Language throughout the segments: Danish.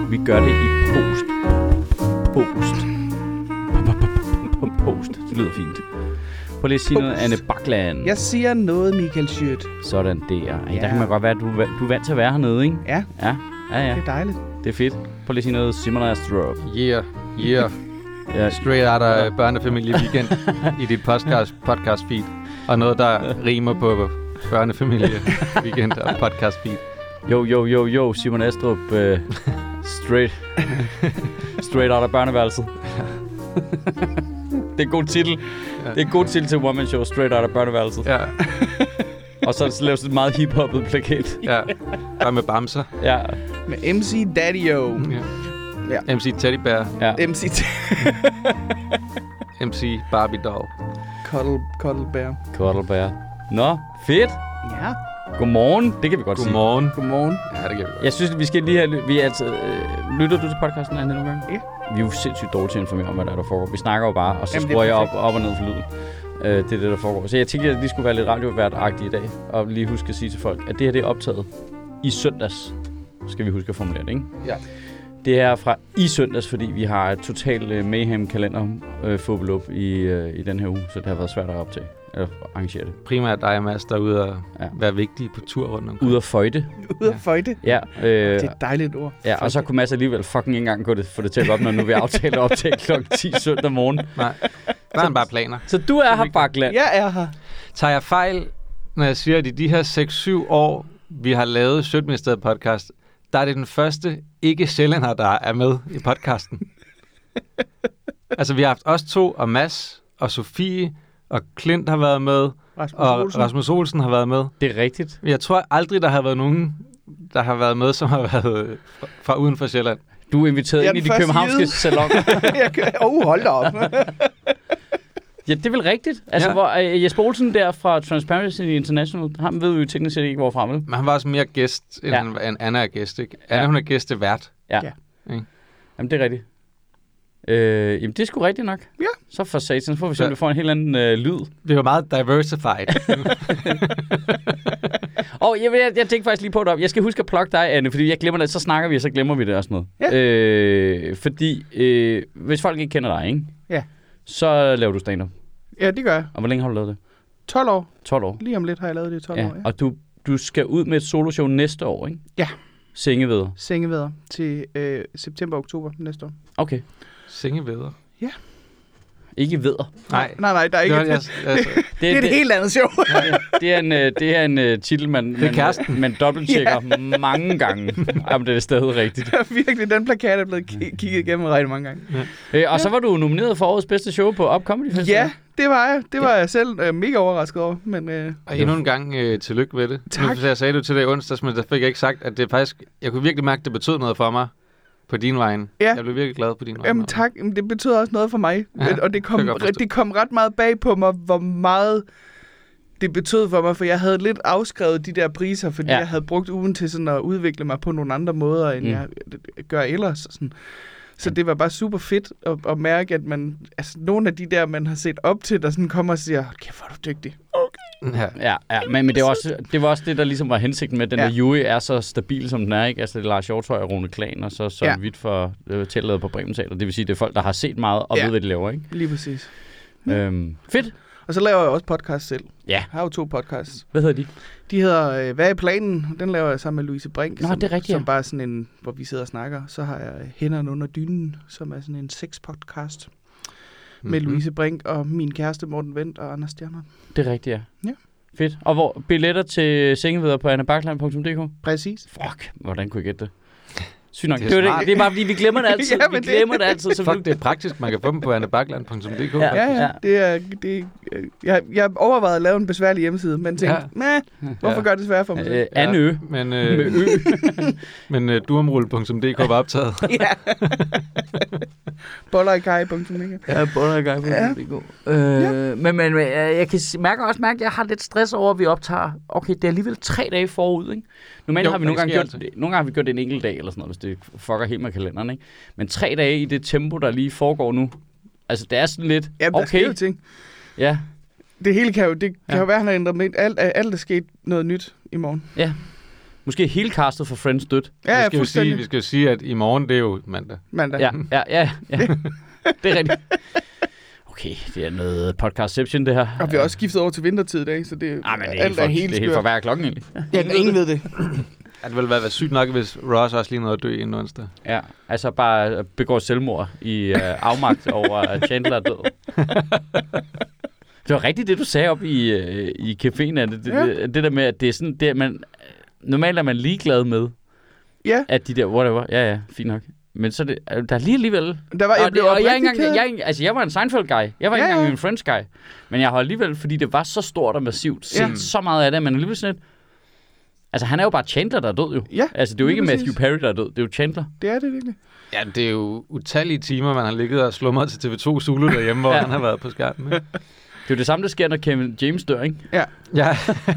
Vi gør det i post. Det lyder fint. Prøv lige at sige noget, Anne Bakland. Jeg siger noget, Michael Schødt. Sådan der. Der kan man godt være, at du er vant til at være hernede, ikke? Ja. Ja. Det er dejligt. Det er fedt. Prøv lige at sige noget, Simon Astrup. Yeah. Straight out af børnefamilie weekend i dit podcast feed. Og noget, der rimer på børnefamilie weekend og podcast feed. Jo, Simon Astrup. Straight out af børneværelset. Det er en god titel. Ja. Det er en god titel til One Man Show, Straight Out af børneværelset. Ja. Og så laves et meget hip-hoppet plakat. Ja. Bare med bamser. Ja. Med MC Daddy-O. Ja. MC Teddy Bear. Ja. MC Barbie Doll. Cuddle Bear. Nå, fedt. Ja. Godmorgen. Det kan vi godt sige. Godmorgen. Ja, det kan vi godt. Jeg synes, vi skal lige have... lytter du til podcasten Anne nogle gange? Ja. Vi er jo sindssygt dårlige til at informere om, hvad der foregår. Vi snakker jo bare, og så skruer jeg op og ned for lyden. Det er det, der foregår. Så jeg tænkte, at jeg lige skulle være lidt radiovært-agtig i dag, og lige huske at sige til folk, at det her det er optaget i søndags. Skal vi huske at formulere det, ikke? Ja. Det er fra i søndags, fordi vi har et totalt mayhem-kalender fodboldup i den her uge, så det har været svært at optage. Eller arrangere det. Primært dig og Mads, der er ude og være vigtige på tur rundt omkring. Ude at føjte. Ude at føjte? Ja. Det er et dejligt ord. Ja, og så kunne Mads alligevel fucking ikke engang få det til at gå op, når nu vi aftaler optag kl. 10 søndag morgen. Nej, der er bare planer. Så du er her, Bakland. Jeg er her. Tager jeg fejl, når jeg siger, at i de her 6-7 år, vi har lavet Sjøtministeriet podcast, der er det den første ikke-sjællænder, der er med i podcasten. Altså, vi har haft os to, og Mads, og Sofie, og Klint har været med, Rasmus Olsen har været med. Det er rigtigt. Jeg tror aldrig, der har været nogen, der har været med, som har været fra uden for Sjælland. Du er inviteret ind i de københavnske saloner. Hold da op. Ja, det er vel rigtigt. Altså, hvor Jesper Olsen der fra Transparency International, ham ved vi jo teknisk set ikke, hvorfra han vil. Men han var også mere gæst, end Anna er gæst, ikke? Anna, hun er gæstevært. Ja. Jamen, det er rigtigt. Jamen, det er sgu rigtigt nok. Ja. Så for satan, får vi se, om vi får en helt anden lyd. Det var meget diversified. Jeg tænkte faktisk lige på det op. Jeg skal huske at plukke dig, Anne, fordi jeg glemmer det. Så snakker vi, og så glemmer vi det og sådan noget. Ja. Fordi hvis folk ikke kender dig, ikke? Ja. Så laver du stand-up. Ja, det gør jeg. Og hvor længe har du lavet det? 12 år. 12 år. Lige om lidt har jeg lavet det i 12 år, ja. Og du skal ud med et soloshow næste år, ikke? Ja. Sengevædder til september-oktober næste år. Okay. Sengevædder? Ja. Ikke vædder. Nej, der er ikke det er et helt andet show. Det er en titel, man dobbelttjekker mange gange, om det er stadig rigtigt. Virkelig, den plakat er blevet kigget igennem rigtig mange gange. Ja. Og så var du nomineret for årets bedste show på Up Comedy Festival. Ja, det var jeg. Det var jeg selv mega overrasket over. Men, og endnu en gang tillykke med det. Tak. Nu, jeg sagde det til dig i onsdags, men der fik jeg ikke sagt, at det faktisk... Jeg kunne virkelig mærke, at det betød noget for mig. På din vejen. Ja. Jeg blev virkelig glad på din vejen. Jamen tak. Det betyder også noget for mig. Ja, og det kom ret meget bag på mig, hvor meget det betød for mig. For jeg havde lidt afskrevet de der priser, fordi jeg havde brugt ugen til sådan at udvikle mig på nogle andre måder, end jeg gør ellers. Sådan. Så det var bare super fedt at mærke, at man, altså nogle af de der, man har set op til, der sådan kommer og siger, kæft, hvor er du dygtig. Okay. Ja, men det var også det, der ligesom var hensigten med, at den der jury er så stabil, som den er, ikke? Altså, det er Lars Hjortøj og Rune Klan, og så er vidt for tilladet på Bremen Teater. Det vil sige, det er folk, der har set meget og ved, hvad de laver, ikke? Lige præcis. Fedt. Og så laver jeg også podcast selv. Ja. Jeg har jo 2 podcasts. Hvad hedder de? De hedder Hvad er planen? Den laver jeg sammen med Louise Brink. Nå, det er rigtigt, som bare sådan en, hvor vi sidder og snakker. Så har jeg Hænderne under dynen, som er sådan en sexpodcast med Louise Brink og min kæreste Morten Wendt og Anders Stjerner. Det er rigtigt, ja. Fedt. Og hvor billetter til sengevædder på annabakland.dk? Præcis. Fuck, hvordan kunne jeg gætte det? Sygt nok. Det er bare fordi, vi glemmer det altid. Ja, vi glemmer det altid. Så fuck, det er praktisk. Man kan få dem på annabakland.dk. Ja. Jeg overvejede at lave en besværlig hjemmeside, men tænkte, hvorfor gør det svært for mig? Anø. Men, men duomrulle.dk var optaget. Ja. Bollerikaj.dk. Ja, bollerikaj.dk. Men jeg kan mærke, at jeg har lidt stress over, at vi optager. Okay, det er alligevel 3 dage forud, ikke? Normalt har vi nogle gange har vi gjort det en enkelt dag eller sådan noget, hvis det fucker helt med kalenderen, ikke? Men 3 dage i det tempo, der lige foregår nu. Altså, det er sådan lidt, ja, der sker jo ting. Ja. Det hele kan jo være, han har ændret med. Alt er sket noget nyt i morgen. Ja. Måske hele castet for Friends dødt. Ja, vi skal jo sige, at i morgen, det er jo mandag. Ja. Det er rigtigt. Okay, det er noget podcastception, det her. Og vi har også skiftet over til vintertid i dag, så det, men det er alt er helt skørt. Det er helt for hver klokken, egentlig. Ja, ingen ved det. Det ville være sygt nok, hvis Ross også lige nåede at dø inden onsdag. Ja, altså bare begår selvmord i afmagt over, at Chandler er død. Det var rigtigt det, du sagde op i caféen, det der med, at det er sådan, det man normalt er man ligeglad med, at de der, whatever, ja, fint nok. Men så der er lige alligevel... Jeg var en Seinfeld-guy. Jeg var ikke engang en Friends-guy. Men jeg har alligevel, fordi det var så stort og massivt, set så meget af det, men alligevel sådan et... Altså, han er jo bare Chandler, der er død jo. Ja, altså, det er jo ikke Matthew Perry, der er død. Det er jo Chandler. Det er det virkelig. Ja, det er jo utallige timer, man har ligget og slumret til TV2 Zulu derhjemme, hvor han har været på skærmen. Ikke? Det er jo det samme, der sker, når Kevin James dør, ikke? Ja. Ja.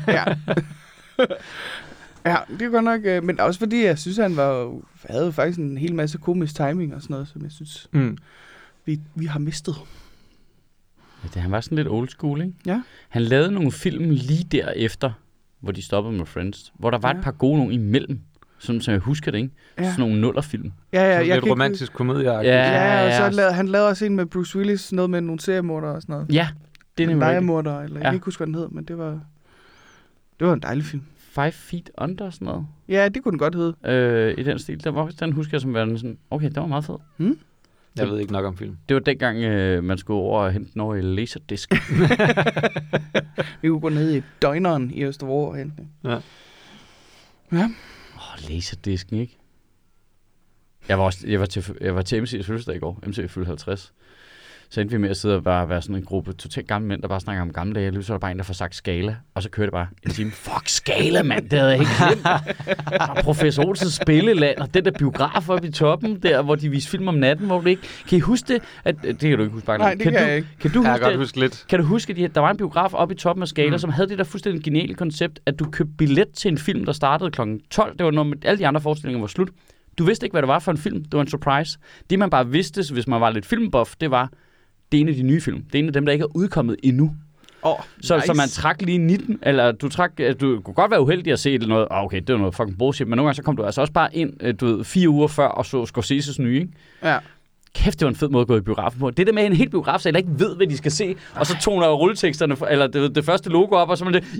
Ja, det er godt nok, men også fordi jeg synes, han havde faktisk en hel masse komisk timing og sådan noget, som jeg synes, vi har mistet. Ja, han var sådan lidt old school, ikke? Ja. Han lavede nogle film lige derefter, hvor de stoppede med Friends, hvor der var et par gode nogle imellem, som jeg husker det, ikke? Ja. Sådan nogle nullerfilm. Ja, lidt romantisk komedie. Ja, og så han lavede også en med Bruce Willis, noget med nogle seriemordere og sådan noget. Ja, det er nemlig legemorder, eller jeg kan ikke huske, hvad den hed, men det var en dejlig film. 5 Feet Under, sådan noget. Ja, det kunne den godt hedde. I den stil. Den husker jeg som værende sådan, okay, det var meget fed. Jeg ved ikke nok om film. Det var dengang, man skulle over og hente den over i Laserdisc. Vi kunne gå ned i døgneren i Østervrå og hente den. Ja. Laserdisken, ikke? Jeg var til MC's fødselsdag i går. MC fyldte 50. Så endte vi med at sidde og bare være sådan en gruppe totalt gamle mænd, der bare snakker om gamle dage. Lige så var der bare en, der får sagt Skala. Og så kørte det bare en time. Fuck, Skala, mand. Det havde jeg ikke glemt. Og Professor Olsens Spilleland. Og den der biograf oppe i toppen, der hvor de viste film om natten, hvor du ikke... Kan I huske det? Det kan du ikke huske, bare. Nej, det kan jeg ikke. Kan du huske jeg kan godt huske lidt. Kan du huske, at der var en biograf oppe i toppen af Skala, som havde det der fuldstændig geniale koncept, at du købte billet til en film, der startede kl. 12. Det var når alle de andre forestillinger var slut. Du vidste ikke, hvad det var for en film. Det var en surprise. Det, man bare vidste, hvis man var lidt filmbuff, det var... Det er en af de nye film. Det er en af dem, der ikke er udkommet endnu. Nice. Så man trak lige 19, eller du kunne godt være uheldig at se noget, okay, det var noget fucking bullshit, men nogle gange så kom du altså også bare ind, 4 uger før, og så Scorseses nye, ikke? Ja. Kæft, det var en fed måde at gå i biografen på. Det der med en helt biografsal, der ikke ved, hvad de skal se, og så toner rulleteksterne, eller det første logo op, og så man det,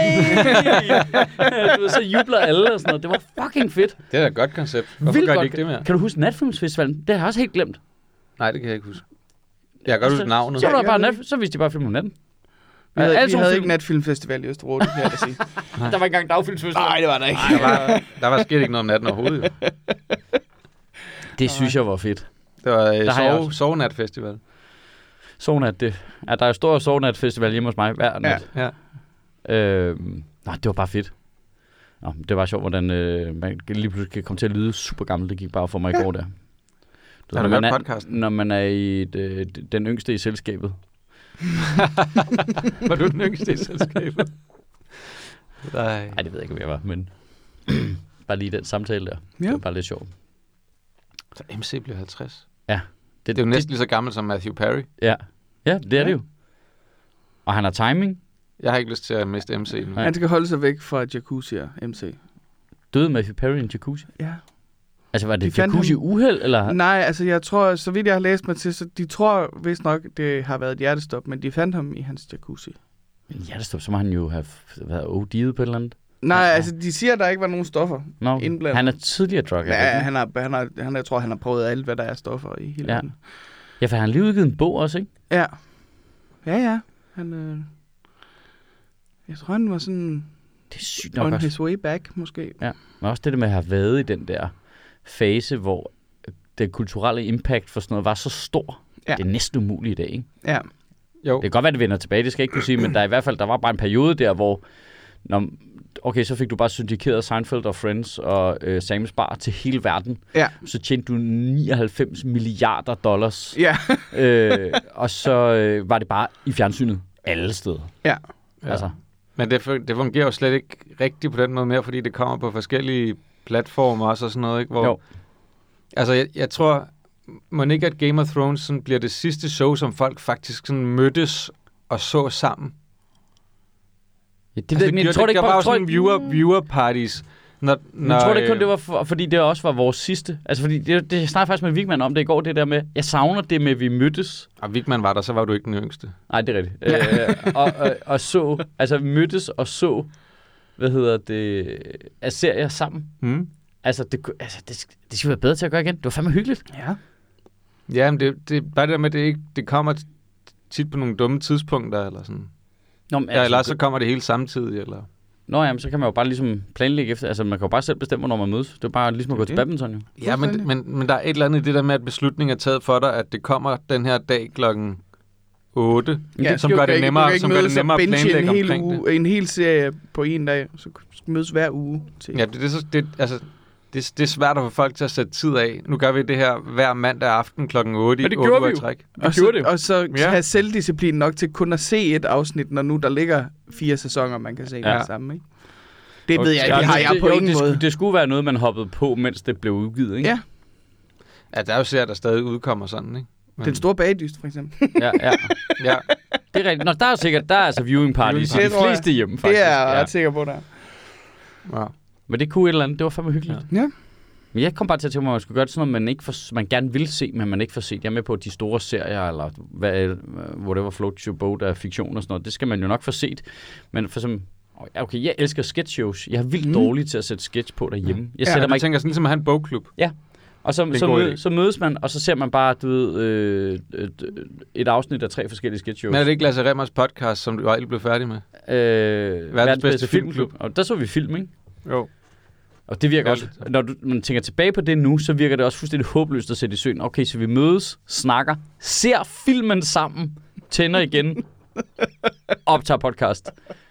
yay! Så jubler alle og sådan noget. Det var fucking fedt. Det er et godt koncept. Hvorfor gør de ikke det mere? Kan du huske Natfilmsfestivalen? Det har jeg også helt glemt. Nej, det kan jeg ikke huske. Jeg kan godt huske navnet. Så var der bare så viste de bare film om natten. Vi havde ikke Natfilmfestival i Østervrå, det kan jeg da sige. Der var ikke engang dagfilmsfestival. Nej, det var der ikke. Der var sket ikke noget om natten overhovedet. Det synes jeg var fedt. Det var Sovenat-festival. Sovenat, der er jo stor Sovenat-festival hjemme hos mig hver nat. Ja. Det var bare fedt. Det var sjovt, hvordan man lige pludselig kan komme til at lyde super gammel. Det gik bare for mig i går der. Når man er i den yngste i selskabet. Var du den yngste i selskabet? Nej, det ved jeg ikke, om jeg var, men bare lige den samtale der. Det var bare lidt sjovt. Så MC blev 50? Ja. Det er jo næsten lige så gammel som Matthew Perry. Ja, det er det jo. Og han har timing. Jeg har ikke lyst til at miste MC nu. Han skal holde sig væk fra jacuzzi og MC. Døde Matthew Perry i en jacuzzi? Ja. Altså, var det jacuzzi-uheld, eller? Nej, altså, jeg tror, så vidt jeg har læst mig til, så de tror vist nok, det har været et hjertestop, men de fandt ham i hans jacuzzi. En hjertestop, så må han jo have været OD'et på et eller andet. Nej, altså, de siger, at der ikke var nogen stoffer indblandet. Han er tidligere drug. Ja, jeg tror, han har prøvet alt, hvad der er stoffer i hele verden. Ja, for han har lige udgivet en bog også, ikke? Ja. Ja. Jeg tror, han var sådan... Det er sygt nok on også. His way back, måske. Ja, men også det med at have været i den der fase, hvor det kulturelle impact for sådan noget var så stor. Ja. Det er næsten umuligt i dag, ikke? Ja. Jo. Det kan godt være, det vender tilbage, det skal jeg ikke kunne sige, men der er i hvert fald, der var bare en periode der, hvor så fik du bare syndikeret Seinfeld og Friends og Sam's Bar til hele verden. Ja. Så tjente du 99 milliarder dollars. Ja. Og så var det bare i fjernsynet alle steder. Ja. Altså. Men det fungerer jo slet ikke rigtigt på den måde mere, fordi det kommer på forskellige platformer og sådan noget, ikke? Hvor, jo. Altså, jeg tror, må ikke, at Game of Thrones sådan bliver det sidste show, som folk faktisk sådan mødtes og så sammen. Ja, det ved jeg tror ikke bare sådan viewer parties, Jeg tror det kun, det var fordi det også var vores sidste. Altså, fordi det jeg snakkede faktisk med Vigman om det i går, det der med, jeg savner det med, vi mødtes. Og Vigman var der, så var du ikke den yngste. Nej, det er rigtigt. Og så, altså vi mødtes og så, af serier sammen. Altså, det skal være bedre til at gøre igen. Det var fandme hyggeligt. Ja, men det er bare det der med, at det kommer tit på nogle dumme tidspunkter, eller sådan. Nå, men, altså, eller så kommer det hele samtidig, eller... Nå jamen, så kan man jo bare ligesom planlægge efter, altså man kan jo bare selv bestemme, når man mødes. Det er bare ligesom at gå til badminton jo. Ja, men der er et eller andet i det der med, at beslutningen er taget for dig, at det kommer den her dag klokken 8, som gør det nemmere, at planlægge omkring det. En hel serie på en dag, så mødes hver uge. Til. Ja, det er svært at få folk til at sætte tid af. Nu gør vi det her hver mandag aften klokken 8 i 8 uger i træk. Og så have selvdisciplin nok til kun at se et afsnit, når nu der ligger 4 sæsoner, man kan se det sammen, ikke? Det ved jeg ikke, det har jeg på ingen måde. Det skulle være noget, man hoppede på, mens det blev udgivet, ikke? Ja, der er jo serier, der stadig udkommer sådan, ikke? Men... Den store bagedyst, for eksempel. Ja. Det er rigtigt. Nå, der er sikkert, der er altså viewing parties i de fleste hjemme, faktisk. Det er jeg ret sikker på, der. Ja. Men det kunne et eller andet. Det var fandme hyggeligt. Ja. Men jeg kom bare til at tænke mig, at man skulle gøre det sådan noget, man gerne vil se, men man ikke får set. Jeg er med på de store serier, eller whatever floats your boat af fiktion og sådan noget. Det skal man jo nok få set. Men for eksempel, okay, jeg elsker sketch shows. Jeg er vildt dårlig til at sætte sketch på derhjemme. Jeg sætter mig tænker sådan ligesom at have en bogklub. Ja. Og så mødes man, og så ser man bare, et afsnit af 3 forskellige sketch shows. Men er det ikke Lasse Remmers podcast, som du aldrig blev færdig med? Verdens bedste filmklub. Og der så vi film, ikke? Jo. Og det virker også, når man tænker tilbage på det nu, så virker det også fuldstændig håbløst at sætte i søen. Okay, så vi mødes, snakker, ser filmen sammen, tænder igen, optager podcast.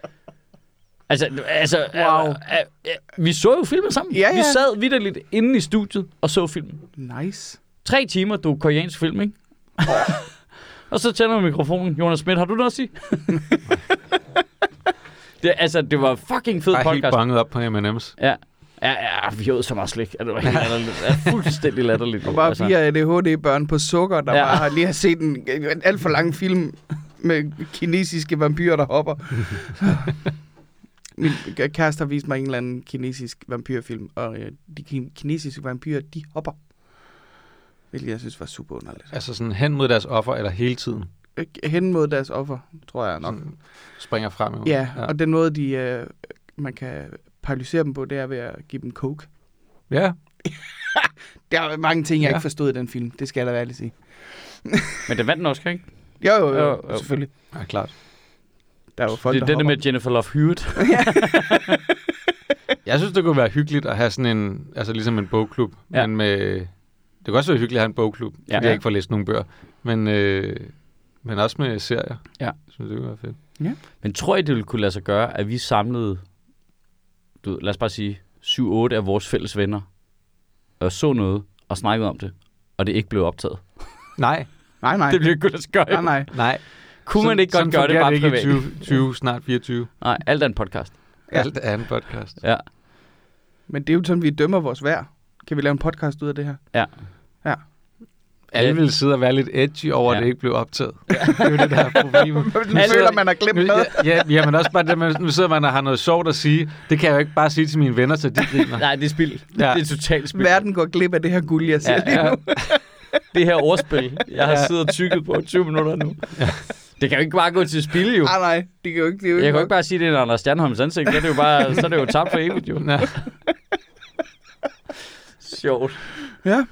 Altså wow. Vi så jo filmen sammen. Ja. Vi sad vitterligt inde i studiet og så filmen. Nice. 3 timer, du koreansk film, ikke? Og så tænder vi mikrofonen. Jonas Schmidt, har du noget at sige? Det var fucking fed podcast. Bare helt banget op på M&M's. Ja, vi åd så meget slik. Det var helt latterligt. Fuldstændig latterligt. Og bare 4 ADHD-børn på sukker, der bare lige har set en alt for lang film med kinesiske vampyrer, der hopper. Min kæreste har vist mig en eller anden kinesisk vampyrfilm, og de kinesiske vampyrer, de hopper. Hvilket jeg synes var super underligt. Altså sådan hen mod deres offer, eller hele tiden? Hen mod deres offer, tror jeg nok. Sådan springer frem. Ja, og den måde, man kan paralysere dem på, det er ved at give dem coke. Ja. Der er mange ting, jeg ikke forstod i den film. Det skal jeg da værligt sige. Men det vandt den også, ikke? Jo, selvfølgelig. Ja, klart. Der er jo folk, det er det med Jennifer Love Hewitt. Jeg synes, det kunne være hyggeligt at have sådan en, altså ligesom en bogklub, men med, det kunne også være hyggeligt at have en bogklub, fordi jeg ikke får læst nogen bøger, men også med serier. Ja. Jeg synes, det kunne være fedt. Ja. Men tror I, det ville kunne lade sig gøre, at vi samlede, lad os bare sige, 7-8 af vores fælles venner, og så noget, og snakkede om det, og det ikke blev optaget? Nej. Det ville ikke kunne lade sig gøre. Nej. Kunne man ikke godt gøre det bare privat? 20, snart 24. Nej, alt er en podcast. Ja. Alt er en podcast. Ja. Men det er jo sådan, vi dømmer vores værd. Kan vi lave en podcast ud af det her? Ja. Alle vil sidde og være lidt edgy over, at det ikke blev optaget. Det er jo det, der er problemet. Nu føler man har glemt noget. Ja, men også bare det, nu sidder man og har noget sjovt at sige. Det kan jeg jo ikke bare sige til mine venner, så de griner. Nej, det er spild. Det er totalt spild. Verden går glip af det her guld, jeg siger lige nu. Det her ordspil, jeg har siddet og tykket på 20 minutter nu. Ja. Det kan jo ikke bare gå til spil, jo. Nej, det kan jo ikke. Jeg kan jo ikke bare sige, det er Anders Stjernholms ansigt. Så er det jo bare, så er det jo tabt for evigt, jo. Ja. Sjovt. Ja.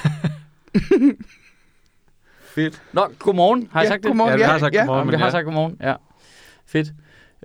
Fedt. Nå, godmorgen. Har jeg sagt det? Godmorgen. Ja, vi har sagt godmorgen. Vi har sagt godmorgen, ja. Fedt.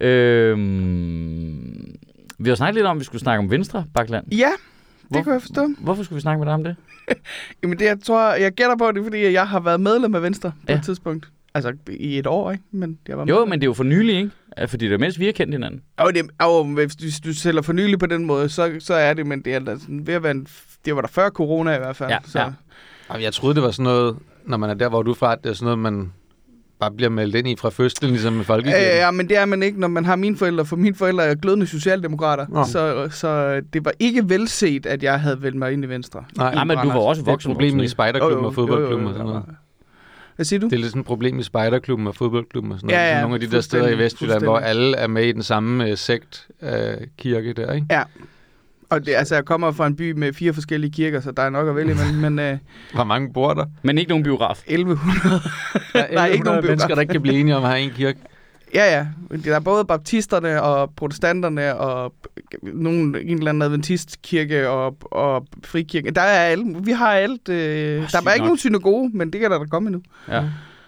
Vi har snakket lidt om, at vi skulle snakke om Venstre, Bakland. Ja, det kunne jeg forstå. Hvorfor skulle vi snakke med dig om det? Jamen det, jeg gætter på det, fordi jeg har været medlem af Venstre på et tidspunkt. Altså i et år, ikke? Men jeg var jo, men det er jo for nylig, ikke? Fordi det er mens vi har kendt hinanden. Hvis du sælger for nylig på den måde, så er det, men det er sådan ved at være det var der før corona i hvert fald. Ja, så. Ja. Jeg troede, det var sådan noget, når man er der, hvor du er fra, det er sådan noget, man bare bliver meldt ind i fra fødslen, ligesom med folkekirken. Ja, men det er man ikke, når man har mine forældre, for mine forældre er glødende socialdemokrater. Så det var ikke velset, at jeg havde valgt mig ind i Venstre. Nej, men du var også voksen. Det er et problem i spejderklubben og fodboldklubben og sådan noget. Hvad siger du? Det er lidt sådan et problem i spejderklubben og fodboldklubben og sådan noget. Ja, nogle af de der steder i Vestjylland, hvor alle er med i den samme sekt kirke der, ikke? Ja. Og det, altså, jeg kommer fra en by med 4 forskellige kirker, så der er nok at vælge imellem, men... Hvor mange bor der? Men ikke nogen biograf. 1100. Nej, ikke nogen mennesker, der ikke kan blive enige om at have en kirke. Ja. Der er både baptisterne og protestanterne og en eller anden adventistkirke og frikirke. Der er alt. Vi har alt. Der er ikke nogen synagoge, men det kan der komme endnu. Ja.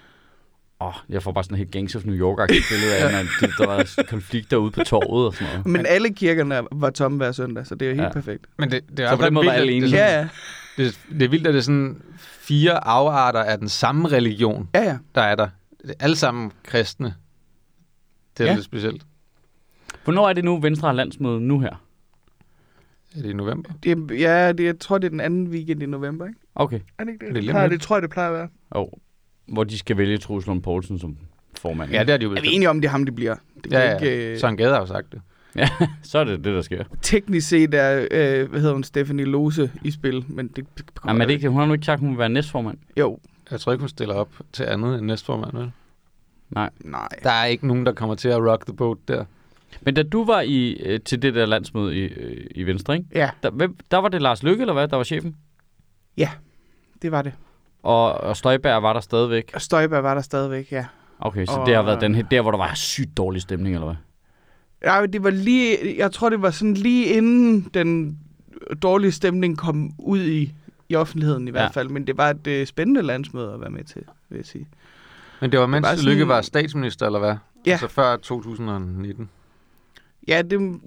Jeg får bare sådan en helt Gangs of New York-agtigt billede af, at der var konflikter ude på torvet og sådan noget. Men alle kirkerne var tomme hver søndag, så det er helt perfekt. Men det er så på den måde var alle enige. Ja. Det er vildt, at det er sådan 4 afarter af den samme religion, der er der. Det er alle sammen kristne. Det er lidt specielt. Hvornår er det nu, Venstre har landsmøde nu her? Er det i november? Jeg tror, det er den anden weekend i november, ikke? Okay. Er det ikke det? Det tror jeg, det plejer at være. Hvor de skal vælge Troels Lund Poulsen som formand. Ja, det er de jo. Er vi enige om, det er ham, det bliver? Det kan ikke, Søren Gade har jo sagt det. Ja, så er det det, der sker. Teknisk set er, Stephanie Lose i spil, men det... Jamen, det ikke, hun har nu ikke sagt, hun vil være næstformand. Jo. Jeg tror ikke, hun stiller op til andet end næstformand, vel? Nej. Der er ikke nogen, der kommer til at rock the boat der. Men da du var til det der landsmøde i Venstre, ikke? Ja. Der var det Lars Løkke, eller hvad, der var chefen? Ja, det var det. Og Støjberg var der stadigvæk? Støjberg var der stadigvæk, ja. Okay, så det har været der, hvor der var sygt dårlig stemning, eller hvad? Ja, det var jeg tror, det var sådan lige inden den dårlige stemning kom ud i offentligheden i hvert fald. Men det var et spændende landsmøde at være med til, vil jeg sige. Men det var mens Løkke var statsminister, eller hvad? Ja. Altså før 2019? Ja,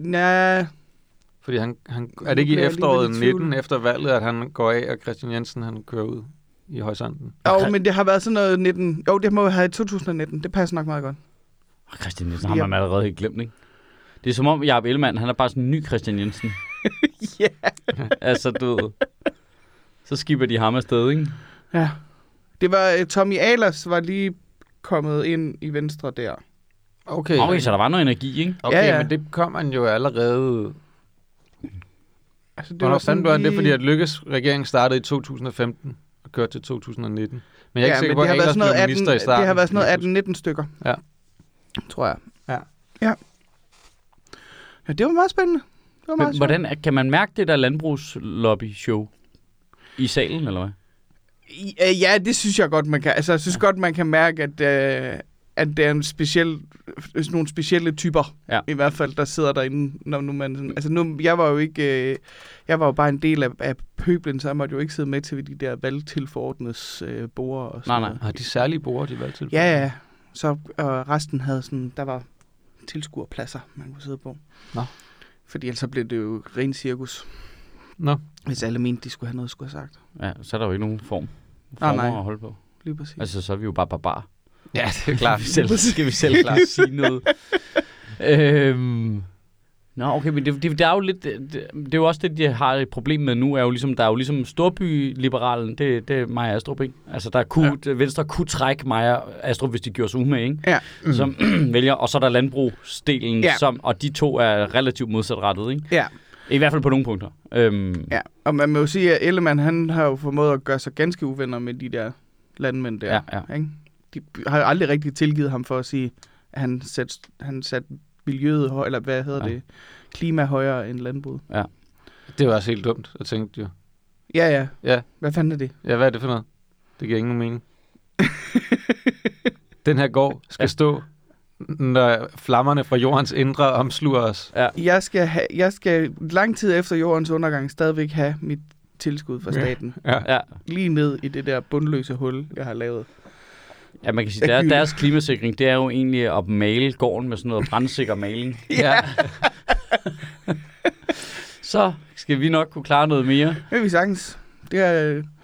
Fordi han er det ikke i efteråret 19 efter valget, at han går af, og Christian Jensen han kører ud i horisonten? Jo, men det har været sådan noget 19... Jo, det må have i 2019. Det passer nok meget godt. Christian Jensen har man allerede helt glemt, ikke? Det er som om Jacob Ellemann, han er bare sådan en ny Christian Jensen. Ja. Altså, du ved. Så skipper de ham afsted, ikke? Ja. Det var Tommy Ahlers var lige kommet ind i Venstre der. Okay, så der var noget energi, ikke? Okay, men det kom han jo allerede... Altså, Hvornår fandt du det? Er fordi, at Lykkes regering startede i 2015 og kørte til 2019. Men jeg er ikke sikker på, at Ahlers blev minister i starten. Det har været sådan noget 18-19 stykker. Ja. Tror jeg. Ja. Ja, det var meget spændende. Det var meget hvordan kan man mærke det der landbrugslobby-show i salen, eller hvad? Ja, det synes jeg godt, man kan. Altså, jeg synes godt, man kan mærke, at det er nogle specielle typer, i hvert fald, der sidder derinde, når nu man sådan... Altså, jeg var jo ikke... jeg var jo bare en del af pøblen, så jeg måtte jo ikke sidde med til de der valgtilforordnedes borde og sådan noget. Har de særlige borde, de valgtilforordnede? Ja. Så resten havde sådan... Der var tilskuerpladser, man kunne sidde på. Nå. Fordi ellers blev det jo ren cirkus. Nå. Hvis alle mente, de skulle have noget, skulle have sagt. Ja, så er der jo ikke nogen former at holde på. Lige præcis. Altså, så er vi jo bare barbar. Ja, det er klart. Skal vi selv klart sige noget. Okay, men det er jo lidt... Det er jo også det, de har et problem med nu, er jo ligesom, der er jo ligesom storbyliberalen, det er Maja Astrup, ikke? Altså, Venstre kunne trække Maja Astrup, hvis de gjorde sig umage, ikke? Ja. Som vælger, og så er der landbrugsdelen, og de to er relativt modsatrettet, ikke? Ja. I hvert fald på nogle punkter. Ja, og man må jo sige, at Ellemann, han har jo formået at gøre sig ganske uvenner med de der landmænd der, ikke? De har jo aldrig rigtig tilgivet ham for at sige, at han satte miljøet, eller hvad hedder det, klima højere end landbruget. Ja. Det var også helt dumt at tænke, jo. Ja. Hvad fanden er det? Ja, hvad er det for noget? Det giver ingen mening. Den her gård skal stå, når flammerne fra jordens indre omsluger os. Ja. Jeg skal lang tid efter jordens undergang stadigvæk have mit tilskud fra staten. Ja. Lige ned i det der bundløse hul, jeg har lavet. Ja, man kan sige, deres klimasikring, det er jo egentlig at male gården med sådan noget brandsikker maling. Ja. Så skal vi nok kunne klare noget mere. Det er vi sagtens. Det er...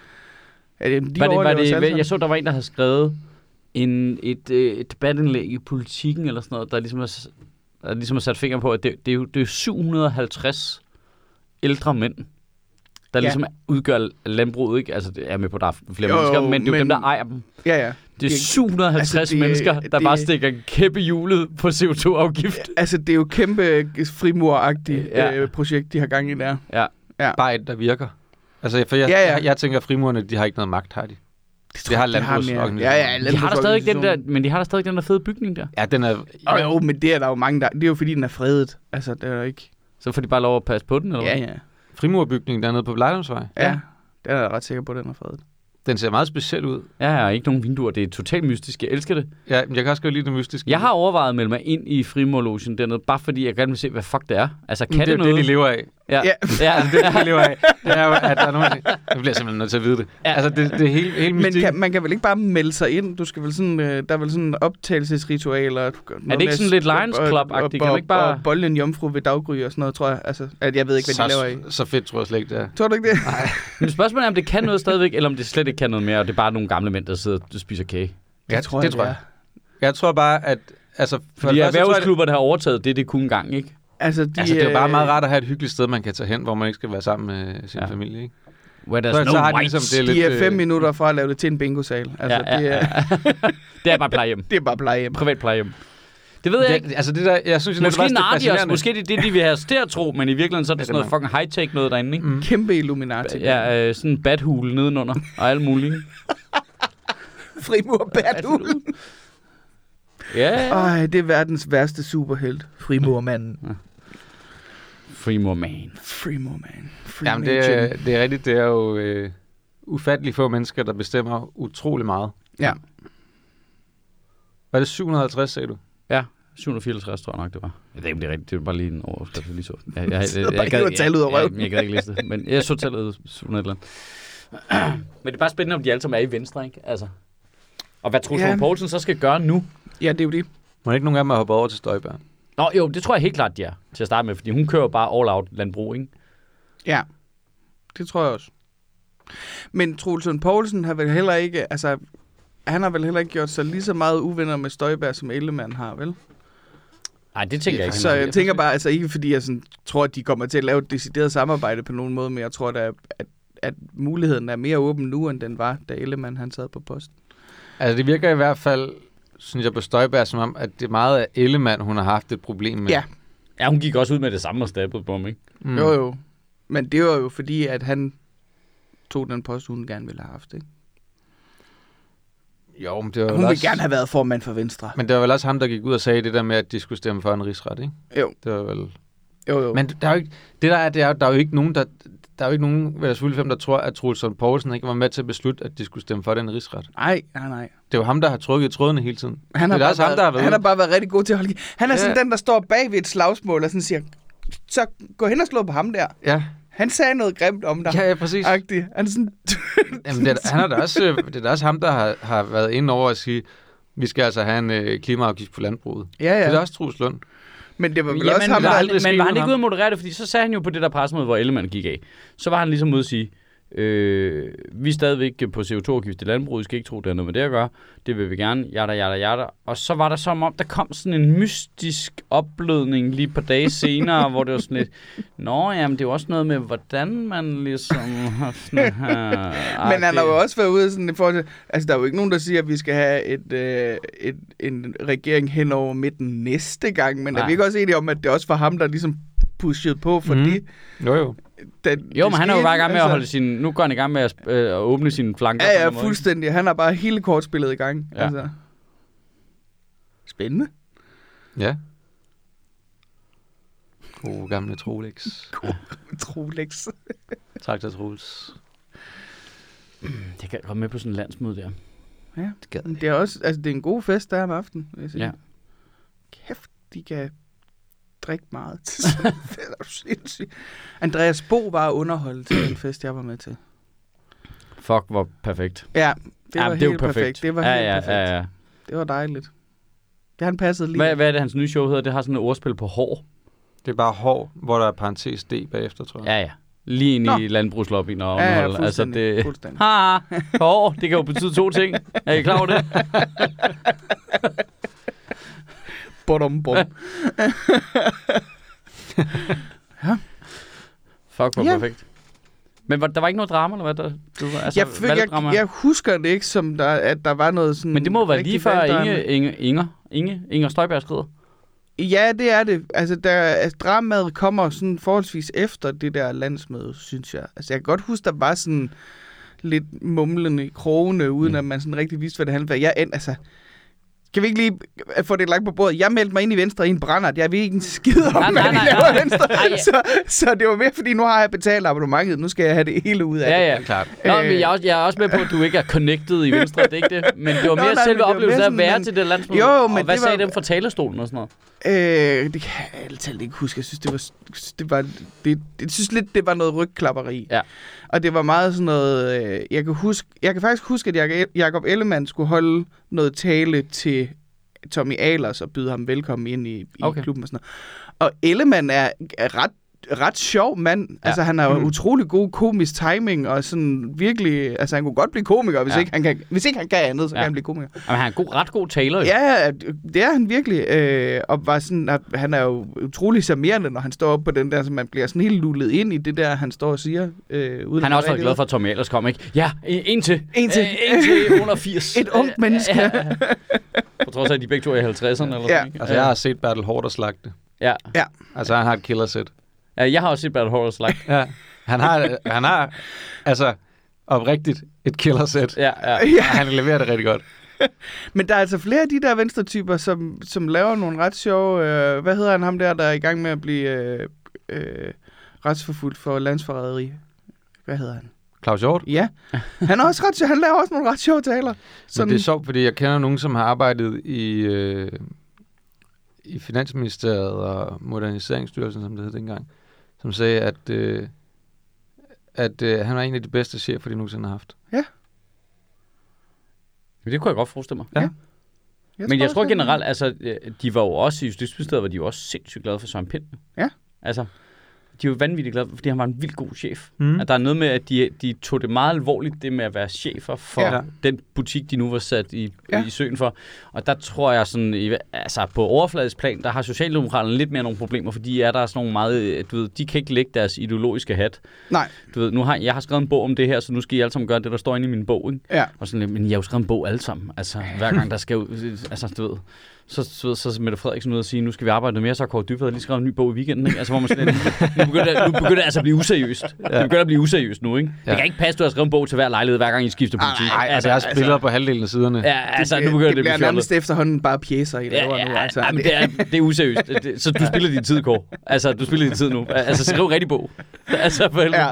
Jeg så, der var en, der havde skrevet et debatindlæg i Politikken eller sådan noget, der ligesom har sat fingre på, at det er 750 ældre mænd, der ligesom udgør landbruget, ikke? Altså, det er med på, der er flere mennesker, men det er jo dem, der ejer dem. Ja. Det er 750 mennesker, der bare stikker en kæppe i hjulet på CO2-afgift. Altså, det er jo kæmpe frimuragtigt projekt, de har gang i der. Ja. Bare et, der virker. Altså, for jeg tænker, frimurerne, de har ikke noget magt, har de? Det har landbrugsorganisationer. Ja, de har der stadig den der, men de har der stadig den der fede bygning der. Ja, den er... Jo, men det er der jo mange, der... Det er jo fordi, den er fredet. Altså, det er jo ikke... Så får de bare lov at passe på den, eller Ja. Frimurbygningen dernede på Lejdomsvej. Ja, det er jeg ret sikker på, den er fredet. Den ser meget speciel ud. Ja, jeg har ikke nogen vinduer. Det er totalt mystisk. Jeg elsker det. Ja, men jeg kan også godt lide det mystiske. Jeg har overvejet at melde mig ind i Frimurlogen dernede, bare fordi jeg gerne vil se, hvad fuck det er. Altså, kan det noget? Det, de lever af. Ja. Ja. Ja. Det, de lever af. Det er jo, at der er nogen... Nu bliver jeg simpelthen nødt til at vide det. Ja. Altså, det er helt mystisk. Men man kan vel ikke bare melde sig ind? Du skal vel sådan, der er vel sådan optagelsesritualer. Er det ikke sådan lidt Lions Club-agtigt? Kan man ikke bare... Og bolle en jomfru ved daggry og sådan noget, tror jeg. Altså, at jeg ved ikke, hvad de laver af. Så fedt tror jeg slet ikke, det er. Tror du ikke det? Nej. Men spørgsmålet er, om det kan noget stadigvæk, eller om det slet ikke kan noget mere, og det er bare nogle gamle mænd, der sidder og spiser kage. Det tror jeg. Jeg tror bare, at... Altså, Fordi erhvervsklubber, der har overtaget det kunne en gang, ikke? Altså, det er jo bare meget rart at have et hyggeligt sted, man kan tage hen, hvor man ikke skal være sammen med sin familie, ikke? Where there's no whites. De er 5 minutter fra at lave det til en bingo-sal. Altså, det er bare plejehjem. Det er bare plejehjem. Privat plejehjem. Det ved jeg ikke. Altså det der, jeg synes, måske det var Nardios, måske det er det, de vil have os til at tro, men i virkeligheden så er det sådan noget fucking high-tech noget derinde, ikke? Kæmpe Illuminati. Ja, sådan en badhule nedenunder, og alt muligt. Frimur badhule. Ja. Ej, det er verdens værste superhelt. Frimurmanden. Frimurman. Frimurman. Jamen, det er rigtigt. Det er jo ufattelig få mennesker, der bestemmer utrolig meget. Ja. Var det 750, sagde du? Ja, 754 tror jeg nok, det var. Jeg ved ikke, om det er rigtigt. Det var bare lige en overskrift, jeg lige så. Jeg gad tallet ud af røven. Jeg gad ikke læse det, men jeg så tallet 700 eller andet. Men det er bare spændende, om de alle sammen er i Venstre, ikke? Altså. Og hvad tror du, Poulsen så skal gøre nu? Ja, det er jo det. Må ikke nogen af dem have hoppet over til Støjberg? Nå, jo, det tror jeg helt klart, de er til at starte med, fordi hun kører bare all out landbrug, ikke? Ja, det tror jeg også. Men Troels Lund Poulsen har vel heller ikke, altså, han har vel heller ikke gjort sig lige så meget uvenner med Støjberg, som Ellemann har, vel? Nej, det tænker jeg ikke. Så jeg tænker bare, altså ikke fordi jeg sådan, tror, at de kommer til at lave et decideret samarbejde på nogen måde, men jeg tror da, at muligheden er mere åben nu, end den var, da Ellemann han sad på posten. Altså det virker i hvert fald, synes jeg på Støjberg, som om, at det er meget af Ellemann, hun har haft et problem med. Ja. Ja, hun gik også ud med det samme og stabbede på ham, ikke? Mm. Jo. Men det var jo fordi, at han tog den post, hun gerne ville have haft, ikke? Jo, men det var hun ville gerne have været formand for Venstre. Men det var vel også ham, der gik ud og sagde det der med, at de skulle stemme for en rigsret, ikke? Jo. Det var vel... Jo. Men der er jo ikke... der er jo ikke nogen, der er jo ikke nogen, vel selvfølgelig fem, der tror, at Troels Lund Poulsen ikke var med til at beslutte, at de skulle stemme for den rigsret. Nej. Det er jo ham, der har trukket trådene hele tiden. Han har bare været rigtig god til at holde... Han er sådan den, der står bag ved et slagsmål og sådan siger, så gå hen og slå på ham der. Ja. Han sagde noget grimt om dig. Ja, præcis. Agtig. Han er sådan... Jamen, det er da også ham, der har været inde over at sige, vi skal altså have en klimaafgift på landbruget. Ja. Det er da også Troels Lund. Men det var vel også ham, der... Men var han ikke ude at moderere det? Fordi så sagde han jo på det der pressemøde, hvor Ellemann gik af. Så var han ligesom ude at sige, vi er stadigvæk på CO2-afgift i landbruget, I skal ikke tro, det er noget med det at gøre. Det vil vi gerne, jada. Og så var der som om, der kom sådan en mystisk opblødning lige på dage senere, hvor det var sådan lidt, jamen det er jo også noget med, hvordan man ligesom har sådan her... Men han har jo også været ude sådan i forhold til... Altså, der er jo ikke nogen, der siger, at vi skal have en regering hen over midten næste gang, men er vi ikke også enige om, at det også var ham, der ligesom pushede på for det? Jo. Men han er jo bare i gang med at holde sin... Nu går han i gang med at åbne sine flanker. Ja, fuldstændig. Han har bare hele kortspillet i gang. Ja. Altså. Spændende. Ja. God gamle Trolex. Trolex. Traktor Troels. Det kan komme med på sådan en landsmøde der. Ja, det er også... Altså, det er en god fest, der er om aftenen, vil jeg sige. Ja. Kæft, de kan... drikke meget til sådan en fest. Andreas Bo var underholdt til den fest, jeg var med til. Fuck, hvor perfekt. Ja, det var helt perfekt. Det var helt perfekt. Ja. Det var dejligt. Det han passede lige. Hvad er det, hans nye show hedder? Det har sådan et ordspil på hår. Det er bare hår, hvor der er parentes D bagefter, tror jeg. Ja. Lige ind i landbrugslobbyen og underholde. Ja, fuldstændig. Altså det... Hår, det kan jo betyde 2 ting. Er I klar over det? Bum. Ja. Fuck, hvor perfekt. Men der var ikke noget drama, eller hvad? Altså, jeg husker det ikke, som at der var noget sådan... Men det må være lige før Inger Støjberg skrider. Ja, det er det. Altså, dramaet kommer sådan forholdsvis efter det der landsmøde, synes jeg. Altså, jeg kan godt huske, der var sådan lidt mumlende i krogene, uden at man sådan rigtig vidste, hvad det handlede om. Kan vi ikke lige få det lagt på bordet? Jeg meldte mig ind i Venstre i en brændert. Jeg ved ikke en skid om, hvad vi laver Venstre. Så det var mere, fordi nu har jeg betalt abonnementet. Nu skal jeg have det hele ud af det. Ja, klart. Nå, men jeg er også med på, at du ikke er connected i Venstre. Det er ikke det. Men det var mere selve oplevelsen af at være til det landsmøde. Og hvad sagde dem fra talerstolen og sådan noget? Det kan jeg altid ikke huske. Jeg synes, det var noget rygklapperi. Ja. Og det var meget sådan noget... Jeg kan faktisk huske, at Jakob Ellemann skulle holde noget tale til Tommy Ahlers og byde ham velkommen ind i klubben og sådan noget. Og Ellemann er ret sjov mand. Ja. Altså, han har utrolig god komisk timing, og sådan virkelig... Altså, han kunne godt blive komiker, hvis ikke han kan andet, så kan han blive komiker. Men han er ret god taler, jo. Ja, det er han virkelig. Og var sådan, han er jo utrolig charmerende, når han står op på den der, så man bliver sådan helt lullet ind i det der, han står og siger. Han har også været glad for, at Tommy Ahlers kom, ikke? Ja, en til 180. Et ungt menneske. Ja. Jeg tror så, at de begge to er i 50'erne, eller sådan, ikke? Altså, jeg har set Bertel Haarder slagte. Ja. Altså, han har et killer-sæt. Ja, jeg har også set Bertel Haarder slagte. Ja. Han har altså oprigtigt et killer-sæt. Ja. Han leverer det rigtig godt. Men der er altså flere af de der venstretyper, som laver nogle ret sjove... hvad hedder han, ham der er i gang med at blive retsforfulgt for landsforræderi? Hvad hedder han? Claus Hjort? Ja. Han er også han laver også nogle ret sjove taler. Men det er sjovt, fordi jeg kender nogen, som har arbejdet i Finansministeriet og Moderniseringsstyrelsen, som det hed dengang, som sagde, at han var en af de bedste chefer, de nogensinde har haft. Ja. Men det kunne jeg godt forestille mig. Ja. Men jeg tror generelt, altså, de var jo også i Justitsministeriet, hvor de var også sindssygt glade for Søren Pind. Ja. Altså, de var vanvittigt glade, fordi han var en vildt god chef. At der er noget med, at de tog det meget alvorligt, det med at være chefer for den butik, de nu var sat i søen for. Og der tror jeg sådan, altså på overfladisk plan, der har Socialdemokraterne lidt mere nogle problemer, fordi der er sådan nogle meget, du ved, de kan ikke lægge deres ideologiske hat. Nej. Du ved, jeg har skrevet en bog om det her, så nu skal I alle sammen gøre det, der står inde i min bog, ikke? Ja. Og sådan, men jeg har jo skrevet en bog alle sammen. Altså, hver gang der skal altså, du ved... Så Mette Frederiksen ud og sige, nu skal vi arbejde noget mere, så har Kåre Dybvad lige skrevet en ny bog i weekenden, ikke? Altså, hvor man sådan, nu begynder det altså at blive useriøst. Det begynder at blive useriøst nu, ikke? Det kan ikke passe, du har skrevet en bog til hver lejlighed, hver gang I skifter politik. Nej, altså, jeg spiller på halvdelen af siderne. Ja, altså, nu begynder det at blive fjollet. Det bliver nærmest efterhånden bare pjecer i laver nu. Altså. Men det er useriøst. Så du spiller din tid, Kåre. Altså, du spiller din tid nu. Altså, skriv en rigtig bog. Altså, for helvede.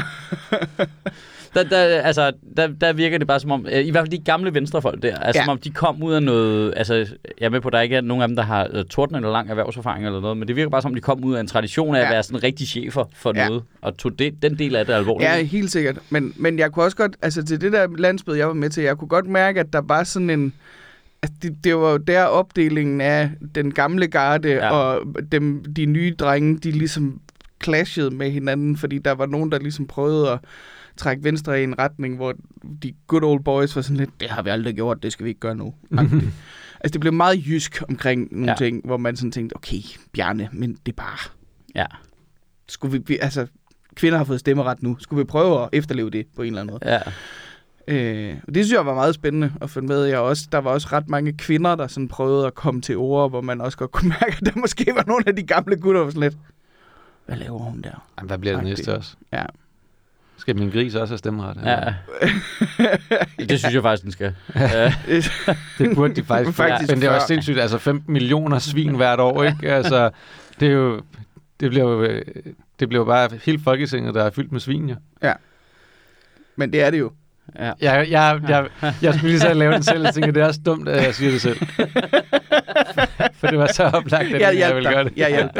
Der virker det bare som om, i hvert fald de gamle venstrefolk der, altså som om de kom ud af noget, altså jeg er med på, at der ikke er nogen af dem, der har tordnet eller lang erhvervserfaring eller noget, men det virker bare som om, de kom ud af en tradition af at være sådan en rigtig chefer for noget, og tog den del af det alvorligt. Ja, helt sikkert. Men jeg kunne også godt, altså til det der landsmøde, jeg var med til, jeg kunne godt mærke, at der var sådan en, det var jo der opdelingen af den gamle garde og de nye drenge, de ligesom clashede med hinanden, fordi der var nogen, der ligesom prøvede at trække Venstre i en retning, hvor de good old boys var sådan lidt, det har vi aldrig gjort, det skal vi ikke gøre nu. Altså det blev meget jysk omkring nogle ting, hvor man sådan tænkte, okay, Bjarne, men det er bare... Ja. Skulle vi, altså, kvinder har fået stemmeret nu. Skulle vi prøve at efterleve det på en eller anden måde? Ja. Det synes jeg var meget spændende at følge med. Der var også ret mange kvinder, der sådan prøvede at komme til ord, hvor man også godt kunne mærke, at der måske var nogle af de gamle gutter, der var sådan lidt, hvad laver hun der? Jamen, hvad bliver det næste også? Ja. Skal min gris også have stemmeret? Ja. Det synes jeg faktisk, den skal. Det burde de faktisk. Men det er også sindssygt. Altså 15 millioner svin hvert år, ikke? Altså, det er jo... Det bliver jo bare hele Folketinget, der er fyldt med svin, ja. Ja. Men det er det jo. Ja. Jeg skulle lige så lave den selv, og tænkte, det er også dumt, at jeg siger det selv. For det var så oplagt, at jeg ville gøre det. Jeg hjælper.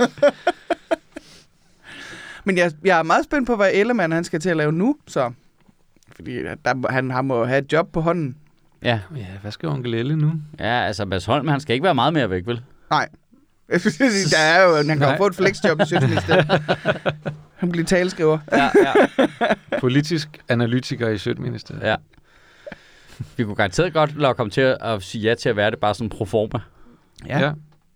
Men jeg er meget spændt på, hvad Ellemann han skal til at lave nu, så. Fordi han må have et job på hånden. Ja. Ja, hvad skal onkel Elle nu? Ja, altså Mads Holm, han skal ikke være meget mere væk, vel? Nej. Der er jo, han kan jo få et flexjob i Sjøtministeriet. Han bliver taleskriver. Ja. Politisk analytiker i Sjøtministeriet. Ja. Vi kunne garanteret godt lade komme til at sige ja til at være det bare sådan pro forma. Ja.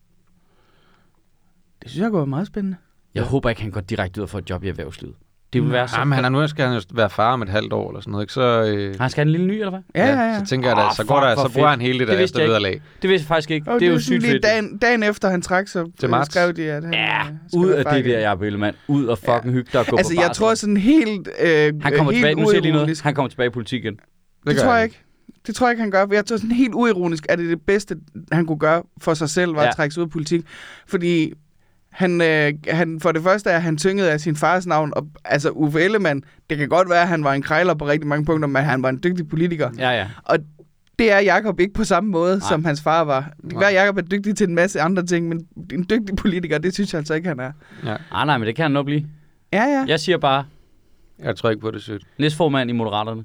Det synes jeg går meget spændende. Jeg håber ikke, han går direkte ud og får et job i erhvervslivet. Det vil være så... Men skal han jo være far om et halvt år eller sådan noget, ikke? Så, han skal have en lille ny, eller hvad? Ja. Så tænker jeg da, så bruger han hele det der eftervederlag. Det vidste jeg faktisk ikke. Det er jo sygt fedt. Dagen efter han trak, så skrev de, at han... ud af det der, Jacob Ellemann. Ud og fucking hygge dig og gå på jeg tror sådan helt... han kommer tilbage, nu siger lige noget. Han kommer tilbage i politik igen. Det tror jeg ikke. Det tror jeg ikke, han gør. Jeg tror sådan helt uironisk, at det bedste, han kunne gøre for sig selv, var at trække sig ud af politik. Fordi han for det første er han tynget af sin fars navn. Og, altså Uffe Ellemann, det kan godt være, at han var en krejler på rigtig mange punkter, men han var en dygtig politiker. Ja. Og det er Jakob ikke på samme måde, som hans far var. Det kan være, at Jakob er dygtig til en masse andre ting, men en dygtig politiker, det synes jeg altså ikke, han er. Ja. Nej, men det kan han nok blive. Ja. Jeg siger bare... Jeg tror ikke på det, sødt. Næstformand i Moderaterne.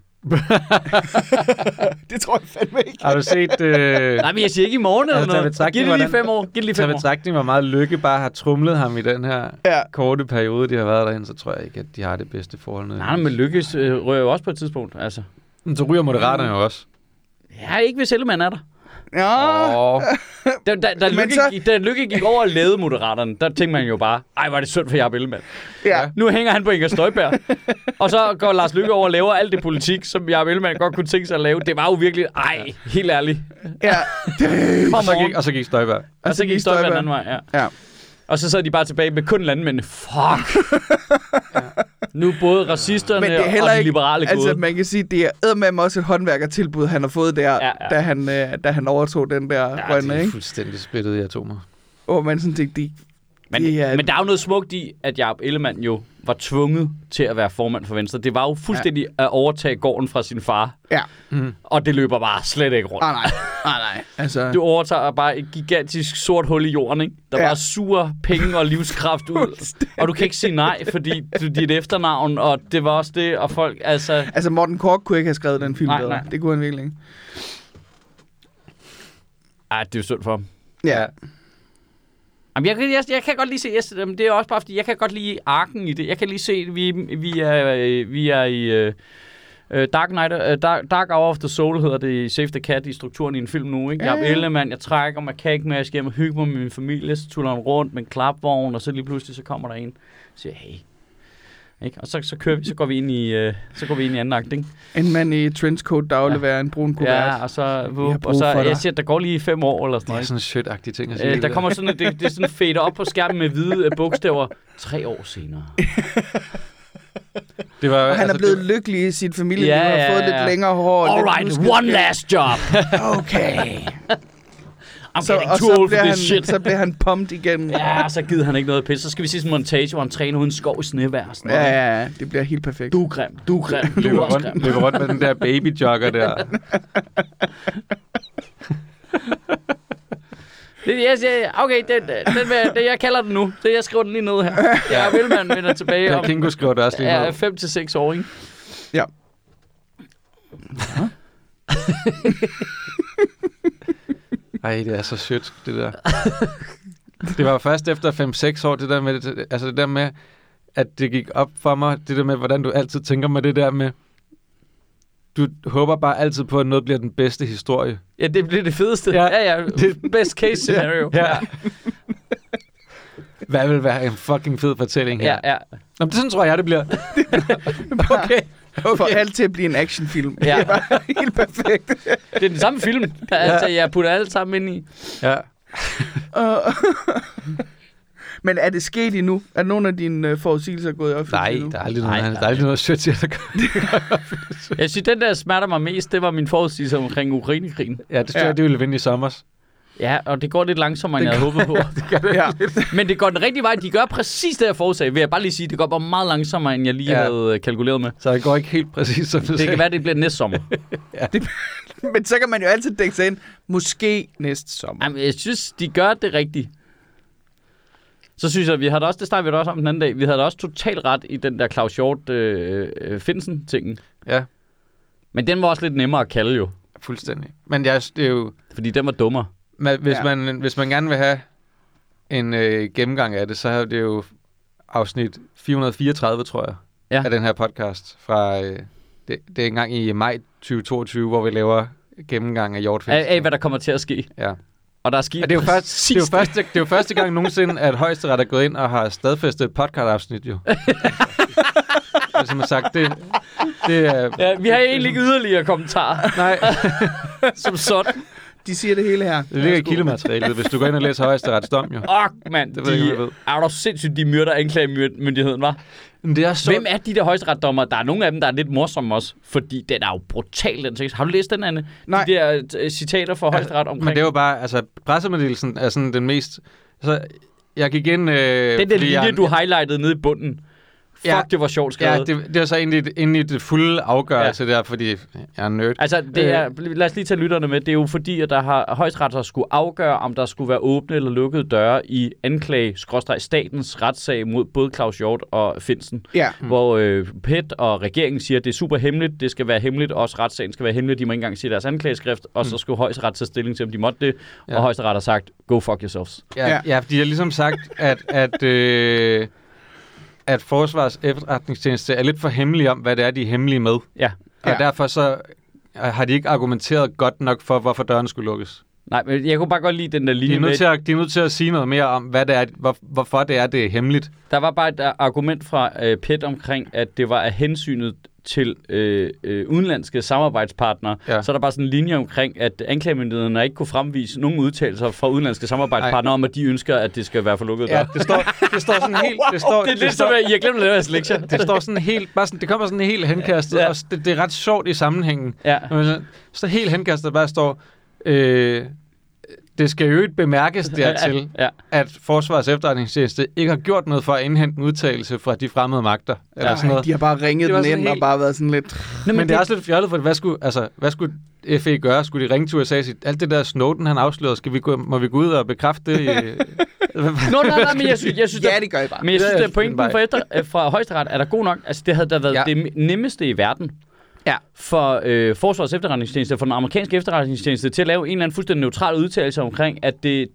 Det tror jeg fandme ikke. Har du set... Nej, men jeg siger ikke i morgen eller noget. Giv det lige 5 år. Tag betragtning, hvor meget Lykke bare har trumlet ham i den her korte periode, de har været derhen, så tror jeg ikke, at de har det bedste forhold. Nej, men Lykke rører jo også på et tidspunkt, altså. Men så ryger Moderaterne jo også. Ja, ikke hvis Ellemann er der. Ja. Da Lykke gik over og lavede Moderaterne, der tænkte man jo bare, ej, var det synd for Jakob Ellemann. Ja. Nu hænger han på Inger Støjberg. Og så går Lars Løkke over og laver alt det politik, som Jakob Ellemann godt kunne tænke sig at lave. Det var jo virkelig, helt ærligt. Ja. Og så gik Støjberg. Og så gik Støjberg den anden vej, ja. Og så sad de bare tilbage med kun landmændene. Fuck! Nu både racisterne og de liberale gode. Altså, man kan sige, det er eddermame også et håndværkertilbud, han har fået der, da han overtog den der rønne, ikke? Det er fuldstændig splittet i atomer. Man sådan tænkte, men der er jo noget smukt i, at Jakob Ellemann jo var tvunget til at være formand for Venstre. Det var jo fuldstændig at overtage gården fra sin far. Ja. Og det løber bare slet ikke rundt. Nej. Altså... Du overtager bare et gigantisk sort hul i jorden, ikke? Der bare suger penge og livskraft ud. Og du kan ikke sige nej, fordi du er dit efternavn, og det var også det, og folk, altså... Altså, Morten Korch kunne ikke have skrevet den film bedre. Nej. Det kunne han virkelig ikke. Ej, det er jo synd for ham. Ja. Jamen, jeg kan godt lige se, det er også bare fordi, jeg kan godt lide arken i det. Jeg kan lige se, at vi er i Dark Hour of the Soul, hedder det i Save the Cat i strukturen i en film nu, ikke? Jeg er Ellemann, jeg trækker mig kage med, jeg skal hjem og hygge mig med min familie, så tuller han rundt med en klapvogn, og så lige pludselig, så kommer der en, og siger, hey. Ikke? Og så kører vi, så går vi ind i anden akt, ikke? En mand i trenchcoat, der afleverer en brun kuvert. Ja, og så jeg siger, der går lige 5 år eller sådan noget. Det er sådan en shit-agtig ting at sige. Der kommer sådan, det er sådan fader op på skærmen med hvide bogstaver 3 år senere. Det var, han er blevet lykkelig i sit familie, han har fået lidt længere hår. Alright, one last job. Okay. Så bliver han pumped igen. Ja, så gider han ikke noget pisse. Så skal vi se sådan en montage, hvor han træner uden skov i snevejr. Ja, det bliver helt perfekt. Du er grim. Løber rundt med den der baby-jogger der. Okay, jeg kalder den nu. Jeg skriver den lige ned her. Jeg vil, man vender tilbage om... Kingo skriver det også lige ned. 5 til 6 år, ikke? Ja. Ej, det er så sødt, det der. Det var først efter 5-6 år, det der med, at det gik op for mig, det der med, hvordan du altid tænker med det der med, du håber bare altid på, at noget bliver den bedste historie. Ja, det bliver det fedeste. Ja. Det best case scenario. Ja. Hvad vil være en fucking fed fortælling her? Ja. Nå, det sådan tror jeg, det bliver. Okay. For alt til at blive en actionfilm. Ja. Det var helt perfekt. Det er den samme film. Altså, jeg putter alt sammen ind i. Ja. Men er det sket endnu? Er nogle af dine forudsigelser gået op? Nej, der er aldrig noget sødt til at gøre. Jeg synes, den der smerter mig mest, det var min forudsigelse omkring Ukraine-krigen. Ja, det tror jeg, det ville vinde i sommers. Ja, og det går lidt langsommere, end jeg havde håbet på. Men det går den rigtige vej. De gør præcis det, jeg forudsagde. Vil jeg bare lige sige, det går bare meget langsommere, end jeg lige havde kalkuleret med. Så det går ikke helt præcis, som du sagde. Det kan være, det bliver næste sommer. Men så kan man jo altid dække sig ind. Måske næste sommer. Jamen, jeg synes, de gør det rigtigt. Så synes jeg, det snakkede vi da også om den anden dag, vi havde da også totalt ret i den der Claus Hjort Finsen-tingen. Ja. Men den var også lidt nemmere at kalde jo. Fuldstændig. Men det er jo... Fordi den var dummere. Men hvis man gerne vil have en gennemgang af det, så er det jo afsnit 434, tror jeg, af den her podcast. Fra, det er en gang i maj 2022, hvor vi laver gennemgang af Hjort Finsen. Af hvad der kommer til at ske. Ja. Og der er sket det er jo første gang nogensinde, at Højesteret er gået ind og har stadfæstet et podcast-afsnit, jo. Som jeg sagt, det er... Ja, vi har egentlig ikke yderligere kommentarer. Nej. Som sådan. De siger det hele her. Det ligger i kildematerialet, hvis du går ind og læser Højesterets dom, jo. Mand, er du sindssygt, de myrder anklagemyndigheden, var? Det er så... Hvem er de der højesteretsdommere? Der er nogle af dem, der er lidt morsomme også, fordi den er jo brutal, den tekst. Har du læst den, Anne? Nej. De der citater fra højesteret omkring... Men det var bare, altså, pressemeddelelsen er sådan den mest... Altså, jeg gik ind... den der linje, du highlightede nede i bunden. Fuck, det var sjovt skrevet. Ja, det er så inde i det fulde afgørelse der, fordi jeg er en nerd. Altså, det er, lad os lige tage lytterne med. Det er jo fordi, at der har højesteret skulle afgøre, om der skulle være åbne eller lukkede døre i anklage-statens retssag mod både Claus Hjort og Findsen. Ja. Hvor PET og regeringen siger, at det er super hemmeligt, det skal være hemmeligt, også retssagen skal være hemmeligt, de må ikke engang sige deres anklageskrift, og så skulle højesteret tage stilling til, om de måtte det, og højesteret har sagt, go fuck yourselves. Ja, fordi jeg har ligesom sagt, at Forsvarets efterretningstjeneste er lidt for hemmelige om, hvad det er, de er hemmelige med. Ja. Og derfor så har de ikke argumenteret godt nok for, hvorfor døren skulle lukkes. Nej, men jeg kunne bare godt lide den der linje. De er nødt til at sige noget mere om, hvad det er, hvorfor det er hemmeligt. Der var bare et argument fra PET omkring, at det var af hensynet til udenlandske samarbejdspartnere. Ja. Så er der bare sådan en linje omkring, at anklagemyndigheden ikke kunne fremvise nogen udtalelser fra udenlandske samarbejdspartnere om, at de ønsker, at det skal være for lukket. Ja, det står sådan helt... Det er lidt som, at I har glemt at lave jeres lektier. Det står sådan helt... Bare sådan, det kommer sådan helt henkastet, og det er ret sjovt i sammenhængen. Ja. Så helt henkastet bare står... det skal jo ikke bemærkes dertil, at Forsvarets efterretningstjeneste ikke har gjort noget for at indhente en udtalelse fra de fremmede magter. Eller sådan noget. De har bare ringet den ind og bare været sådan lidt... Men det er også lidt fjollet, for hvad skulle FE gøre? Skulle de ringe til USA og sige, alt det der Snowden, han afslørede, må vi gå ud og bekræfte det? Nej, men jeg synes, det gør I bare. Men jeg synes, at pointen fra højesteret er der god nok. Altså, det havde da været det nemmeste i verden. Ja. For Forsvarets efterretningstjeneste, for den amerikanske efterretningstjeneste, til at lave en eller anden fuldstændig neutral udtalelse omkring, at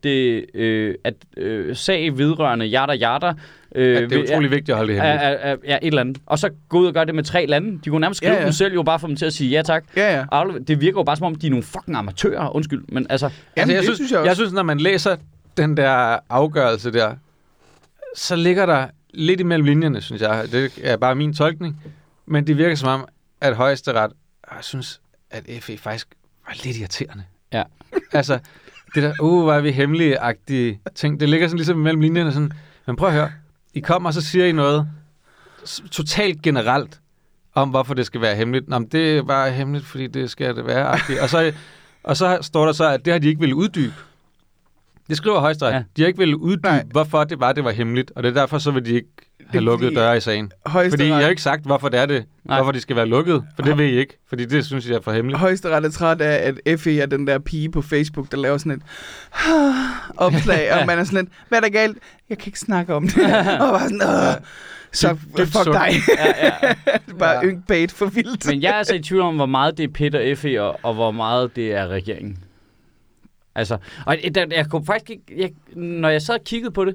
sag vedrørende yada, det er utrolig vigtigt at holde det hemmeligt. Ja, et eller andet. Og så gå ud og gøre det med 3 lande. De kunne nærmest skrive dem selv, jo bare for dem til at sige ja tak. Ja. Det virker jo bare som om, de er nogle fucking amatører. Undskyld, men altså... Jeg synes, når man læser den der afgørelse der, så ligger der lidt imellem linjerne, synes jeg. Det er bare min tolkning. Men det virker som om, at højesteret, jeg synes, at FE faktisk var lidt irriterende. Ja. Altså, det der, hvor er vi hemmelige-agtige ting, det ligger sådan ligesom mellem linjerne sådan, men prøv at høre, I kommer og så siger I noget totalt generelt om, hvorfor det skal være hemmeligt. Nå, men det er bare hemmeligt, fordi det skal det være-agtigt. Og så står der så, at det har de ikke ville uddybe. Det skriver højesteret. Ja. De har ikke ville uddybe, hvorfor det var hemmeligt, og det er derfor, så vil de ikke have lukket døre i sagen. Fordi jeg har ikke sagt, hvorfor det er det. Nej. Hvorfor de skal være lukket. For det ved I ikke. Fordi det synes jeg er for hemmeligt. Højesteret er træt af, at FE er den der pige på Facebook, der laver sådan et opslag, og man er sådan lidt, hvad er der galt? Jeg kan ikke snakke om det. Og bare sådan, så fuck dig. Det er bare ynkbait for vildt. Men jeg er altså i tvivl om, hvor meget det er PET og FE, og hvor meget det er regeringen. Altså, og jeg kunne faktisk ikke, når jeg sad og kiggede på det,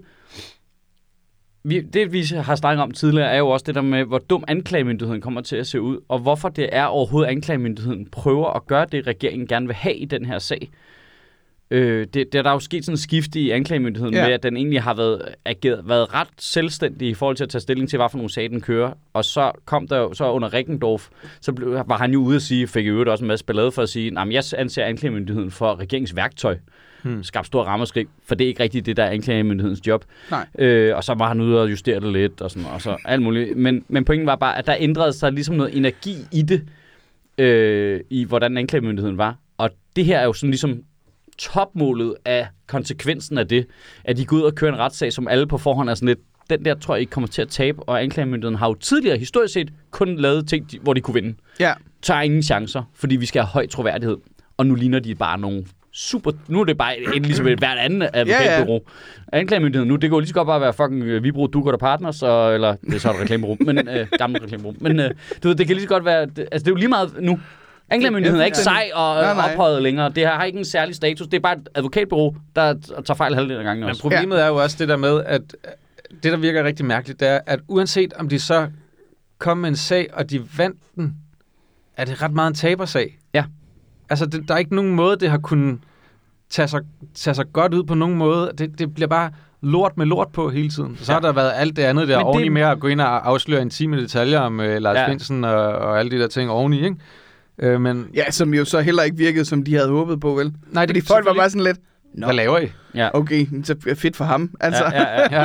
det vi har snakket om tidligere, er jo også det der med, hvor dum anklagemyndigheden kommer til at se ud, og hvorfor det er overhovedet, anklagemyndigheden prøver at gøre det, regeringen gerne vil have i den her sag. Der er jo sket sådan en skifte i anklagemyndigheden med, at den egentlig har været ret selvstændig i forhold til at tage stilling til, hvad for nogle sager den kører. Og så kom der jo så under Rickendorf, så var han jo ude at sige, fik jo også en masse ballade for at sige, at jeg anser anklagemyndigheden for regeringsværktøj. Skab stor rammerskrig, for det er ikke rigtigt det, der er anklagemyndighedens job. Og så var han ude og justere det lidt, og så alt muligt. Men pointen var bare, at der ændrede sig ligesom noget energi i det, i hvordan anklagemyndigheden var. Og det her er jo sådan ligesom topmålet af konsekvensen af det, at de går ud og kører en retssag, som alle på forhånd er sådan lidt, den der tror jeg ikke kommer til at tabe, og anklagemyndigheden har jo tidligere historisk set kun lavet ting, hvor de kunne vinde. Ja. Tager ingen chancer, fordi vi skal have høj troværdighed. Og nu ligner de bare nogle super... Nu er det bare ligesom et hvert andet advokatbureau. Anklagemyndigheden nu, det går lige så godt bare at være fucking Vibro, Dukkert og Partners, eller det er så et reklamebureau, men gammelt reklamebureau. Men du ved, det kan lige så godt være... Altså, det er jo lige meget nu. Anklagemyndigheden er ikke sej og ophøjet længere. Det har ikke en særlig status. Det er bare et advokatbureau, der tager fejl halvdelen af gangen også. Men problemet er jo også det der med, at det, der virker rigtig mærkeligt, det er, at uanset om de så kom med en sag, og de vandt den, er det ret meget en tabersag. Ja. Altså, der er ikke nogen måde, det har kunnet tage sig godt ud på nogen måde. Det bliver bare lort med lort på hele tiden. Så har der været alt det andet der oveni med at gå ind og afsløre intime detaljer om Lars Findsen og alle de der ting oveni, ikke? Men... Ja, som jo så heller ikke virkede, som de havde håbet på, vel? Nej, fordi folk var bare sådan lidt... Hvad laver I? Ja. Okay, så fedt for ham, altså. Ja.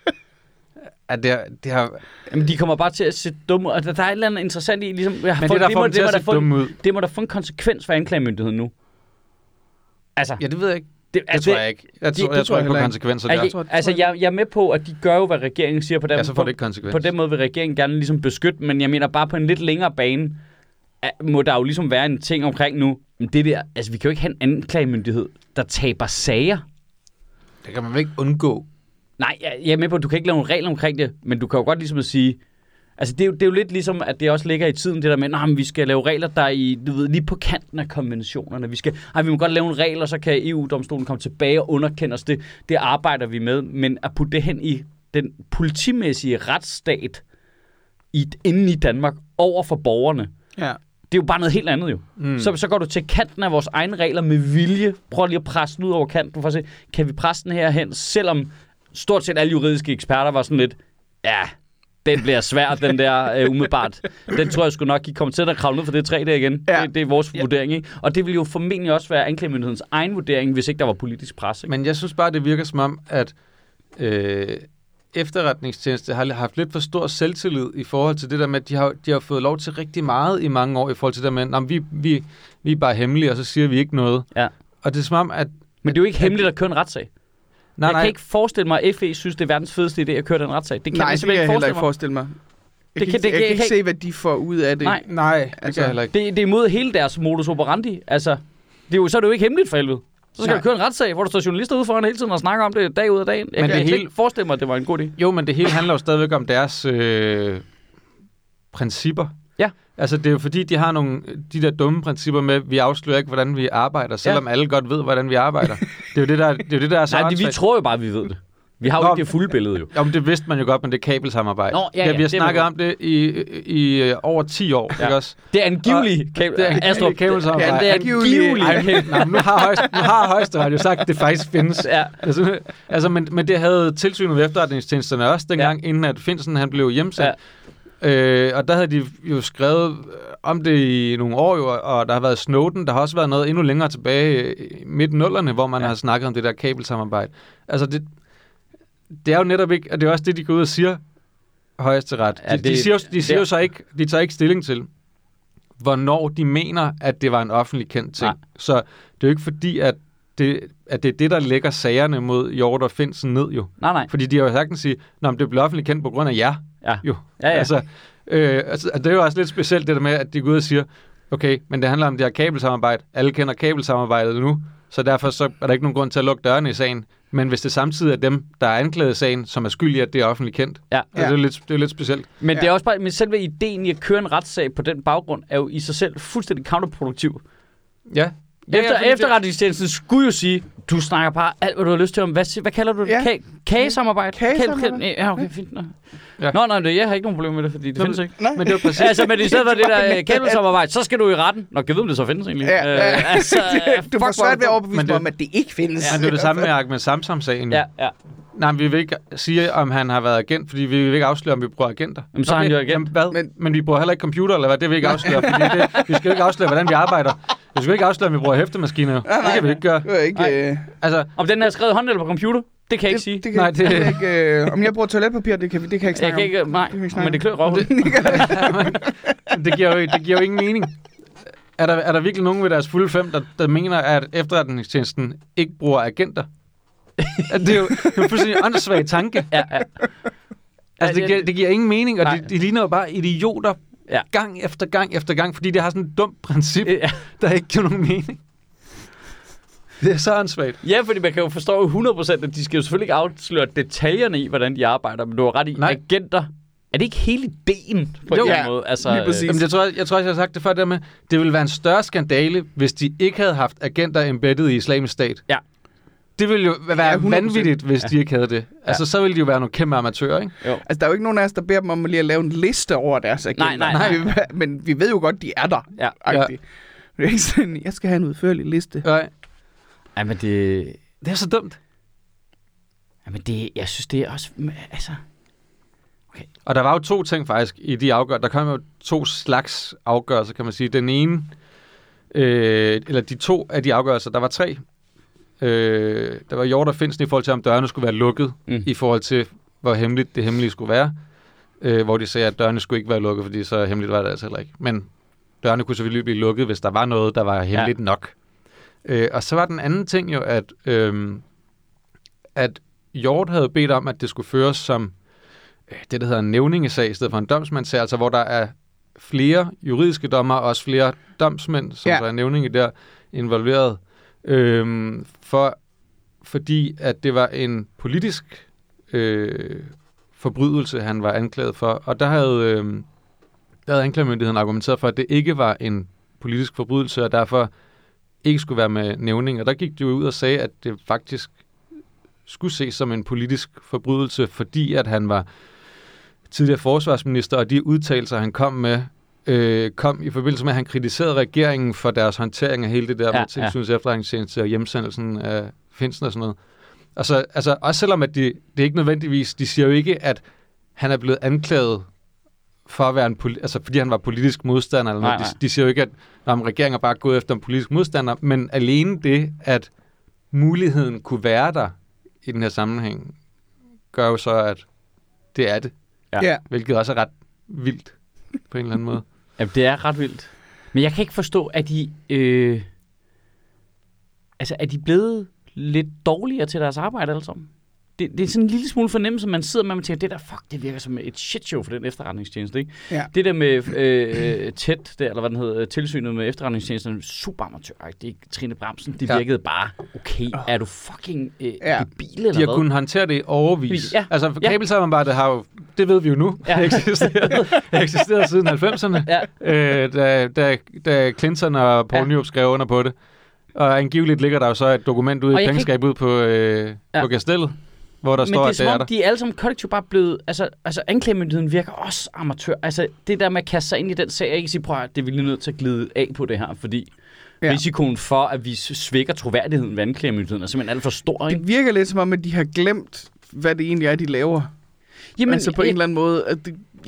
At det har... Jamen, de kommer bare til at se dumme ud. Der er et eller andet interessant i, ligesom... Men det der får dem til at se dumme ud. Det må der få en konsekvens for anklagemyndigheden nu. Altså... Ja, det ved jeg ikke. Det tror jeg ikke. Jeg tror ikke på konsekvenser der. Altså, jeg er med på, at de gør jo, hvad regeringen siger på den måde. Så får det ikke konsekvens. På den måde vil regeringen gerne ligesom beskytte, men jeg mener bare på en lidt længere bane, må der jo ligesom være en ting omkring nu. Men det der, altså vi kan jo ikke have en anklagemyndighed, der taber sager. Det kan man vel ikke undgå. Nej, jeg er med på, at du kan ikke lave nogle regler omkring det, men du kan jo godt ligesom at sige, altså det er jo lidt ligesom, at det også ligger i tiden, det der med, at vi skal lave regler, der er lige på kanten af konventionerne. Vi må godt lave en regel, og så kan EU-domstolen komme tilbage og underkende os. Det arbejder vi med, men at putte det hen i den politimæssige retsstat inde i Danmark over for borgerne, det er jo bare noget helt andet jo. Så går du til kanten af vores egne regler med vilje. Prøv lige at presse den ud over kanten for at se, kan vi presse den herhen, selvom stort set alle juridiske eksperter var sådan lidt, den bliver svær, den der umiddelbart. Den tror jeg sgu nok, I kommer til at kravle ned for det træ der igen. Ja. Det er vores vurdering, ikke? Og det vil jo formentlig også være anklagemyndighedens egen vurdering, hvis ikke der var politisk pres. Ikke? Men jeg synes bare, det virker som om, at efterretningstjeneste har haft lidt for stor selvtillid i forhold til det der med, at de har fået lov til rigtig meget i mange år i forhold til det der med, vi er bare hemmelige, og så siger vi ikke noget. Ja. Og det er som om, at... Men det er jo ikke hemmeligt at køre en retssag. Jeg kan ikke forestille mig, at FE synes, det er verdens fedeste idé at køre den retssag. Det kan jeg heller ikke forestille mig. Jeg kan ikke se, hvad de får ud af det. Nej, det kan jeg heller ikke. Det er imod hele deres modus operandi. Altså, så er det jo ikke hemmeligt for helvede. Så skal du køre en retssag, hvor der står journalister ude foran hele tiden og snakker om det dag ud af dagen. Jeg kan ikke forestille mig, at det var en god idé. Jo, men det hele handler jo stadigvæk om deres principper. Ja. Altså, det er jo fordi, de har de der dumme principper med, vi afslører ikke, hvordan vi arbejder, selvom alle godt ved, hvordan vi arbejder. Det er jo det, der er så nej, vi tror jo bare, vi ved det. Vi har jo ikke det fulde billede, jo. Jo, men det vidste man jo godt, men det er kabelsamarbejde. Vi har snakket om det i over 10 år, ikke også? Det er angiveligt kabelsamarbejde. Ja, det er angiveligt. Nu har Højesteret jo sagt, at det faktisk findes. Ja. Altså, men det havde tilsynet ved efterretningstjenesterne også dengang, inden at Findsen han blev hjemsendt. Ja. Og der havde de jo skrevet om det i nogle år, jo, og der har været Snowden. Der har også været noget endnu længere tilbage midt i 00'erne, hvor man har snakket om det der kabelsamarbejde. Altså, det er jo netop ikke, og det er også det, de går ud og siger, Højesteret. De siger jo så ikke, de tager ikke stilling til, hvornår de mener, at det var en offentlig kendt ting. Nej. Så det er jo ikke fordi, at det er det, der lægger sagerne mod Hjort og Findsen ned jo. Nej. Fordi de har jo sagtens sige, at det blev offentligt kendt på grund af jer. Ja. Jo. Ja. Altså, det er jo også lidt specielt det der med, at de går ud og siger, okay, men det handler om det her kabelsamarbejde. Alle kender kabelsamarbejdet nu, så derfor så er der ikke nogen grund til at lukke dørene i sagen. Men hvis det samtidig er dem, der er anklaget sagen, som er skyldige, at det er offentligt kendt, altså, det er lidt specielt. Men det er også bare, men selve ideen i at køre en retssag på den baggrund, er jo i sig selv fuldstændig counterproduktiv. Ja. Efterretningstjenesten skulle jo sige, du snakker bare alt, hvad du har lyst til om. Hvad kalder du det? Ja. Kagesamarbejde? Ja, okay, fint. Ja. Nå, jeg har ikke nogen problemer med det, fordi det findes ikke. Men det er præcis. Altså, men i stedet for det der kabelsamarbejde, så skal du i retten. Nå, jeg ved, om det så findes egentlig. Du får svært ved at overbevise mig om, at det ikke findes. Men det er det samme med Ahmed Samsam-sagen. Ja. Nej, men vi vil ikke sige, om han har været agent, fordi vi vil ikke afsløre, om vi bruger agenter. Jamen, så er han jo agent. Men vi bruger heller ikke computer, eller hvad? Det vil vi ikke afsløre, fordi vi skal ikke afsløre, hvordan vi arbejder. Vi skal ikke afsløre, om vi bruger hæftemaskiner. Det kan vi ikke gøre. Altså, om den er skrevet hånd eller på computer, det kan jeg ikke sige. Det kan ikke, om jeg bruger toiletpapir, det kan jeg ikke snakke om. Nej, men det klør røvhul. Det giver jo ingen mening. Er der virkelig nogen ved deres fulde 5, der mener, at efterretningstjenesten ikke bruger agenter? Det er jo en fuldstændig åndssvag tanke. Ja. Altså, det giver ingen mening, og de ligner jo bare idioter gang efter gang, fordi det har sådan et dumt princip, der ikke giver nogen mening. Det er så åndssvagt. Ja, fordi man kan jo forstå 100%, at de skal jo selvfølgelig ikke afsløre detaljerne i, hvordan de arbejder, men du har ret i agenter. Er det ikke hele ideen på en måde? Altså, jamen, jeg tror også, jeg har sagt det før, der med, det ville være en større skandale, hvis de ikke havde haft agenter embeddet i Islamisk Stat. Ja. Det ville jo være vanvittigt, hvis de ikke havde det. Altså, så ville de jo være nogle kæmpe amatører, ikke? Jo. Altså, der er jo ikke nogen af os, der beder dem om at lige at lave en liste over deres agenter. Nej. Men vi ved jo godt, de er der. Ja. Det er ikke sådan, jeg skal have en udførlig liste. Ja, men det er så dumt. Jamen, jeg synes, det er også... Altså... Okay. Og der var jo 2 ting faktisk i de afgørelser. Der kom jo 2 slags afgørelser, kan man sige. Den ene eller de 2 af de afgørelser, der var 3. Der var Hjort og Findsen i forhold til, om dørene skulle være lukket, i forhold til, hvor hemmeligt det hemmelige skulle være. Hvor de sagde, at dørene skulle ikke være lukket, fordi så hemmeligt var det altså heller ikke. Men dørene kunne selvfølgelig blive lukket, hvis der var noget, der var hemmeligt nok. Og så var den anden ting jo, at Hjort havde bedt om, at det skulle føres som det, der hedder en nævningesag, i stedet for en domsmandssag, altså hvor der er flere juridiske dommer, og også flere domsmænd, som så er nævninge der, involveret, fordi at det var en politisk forbrydelse, han var anklaget for, og der havde anklagemyndigheden argumenteret for, at det ikke var en politisk forbrydelse, og derfor ikke skulle være med nævning, og der gik de jo ud og sagde, at det faktisk skulle ses som en politisk forbrydelse, fordi at han var tidligere forsvarsminister, og de udtalelser, han kom med, kom i forbindelse med, at han kritiserede regeringen for deres håndtering af hele det der med Tilsynets Efterretningstjeneste og hjemsendelsen af Findsen og sådan noget. Altså også selvom at det ikke nødvendigvis, de siger jo ikke, at han er blevet anklaget for at være fordi han var politisk modstander eller noget. De siger jo ikke, at regeringen er bare gået efter en politisk modstander, men alene det, at muligheden kunne være der i den her sammenhæng, gør jo så, at det er det. Ja. Hvilket også er ret vildt på en eller anden måde. Jamen, det er ret vildt. Men jeg kan ikke forstå, at de er de blevet lidt dårligere til deres arbejde alle sammen? Det er sådan en lille smule fornemmelse, man sidder med og tænker, det virker som et shitshow for den efterretningstjeneste, ikke? Ja. Det der med tæt, eller hvad den hedder, tilsynet med efterretningstjenesten, super amatøragtigt. Trine Bramsen, det virkede bare, okay, er du fucking debil eller hvad? De har kunnet håndtere det i overvis. Altså, kabelsamarbejdet har jo, det ved vi jo nu, eksisteret siden 90'erne, da Clinton og Poul Nyrup skrev under på det. Og angiveligt ligger der jo så et dokument ude i pengeskab ud på Kastellet, hvor der står, at det er der. De er alle sammen kollektivt bare blevet... Altså anklagemyndigheden virker også amatør. Altså, det der med at kaste sig ind i den sag, ikke sige, prøv at det er vi lige nødt til at glide af på det her, fordi risikoen for, at vi svækker troværdigheden ved anklagemyndigheden, er simpelthen alt for stor, ikke? Det virker lidt som om, at de har glemt, hvad det egentlig er, de laver. Jamen, altså på en eller anden måde, at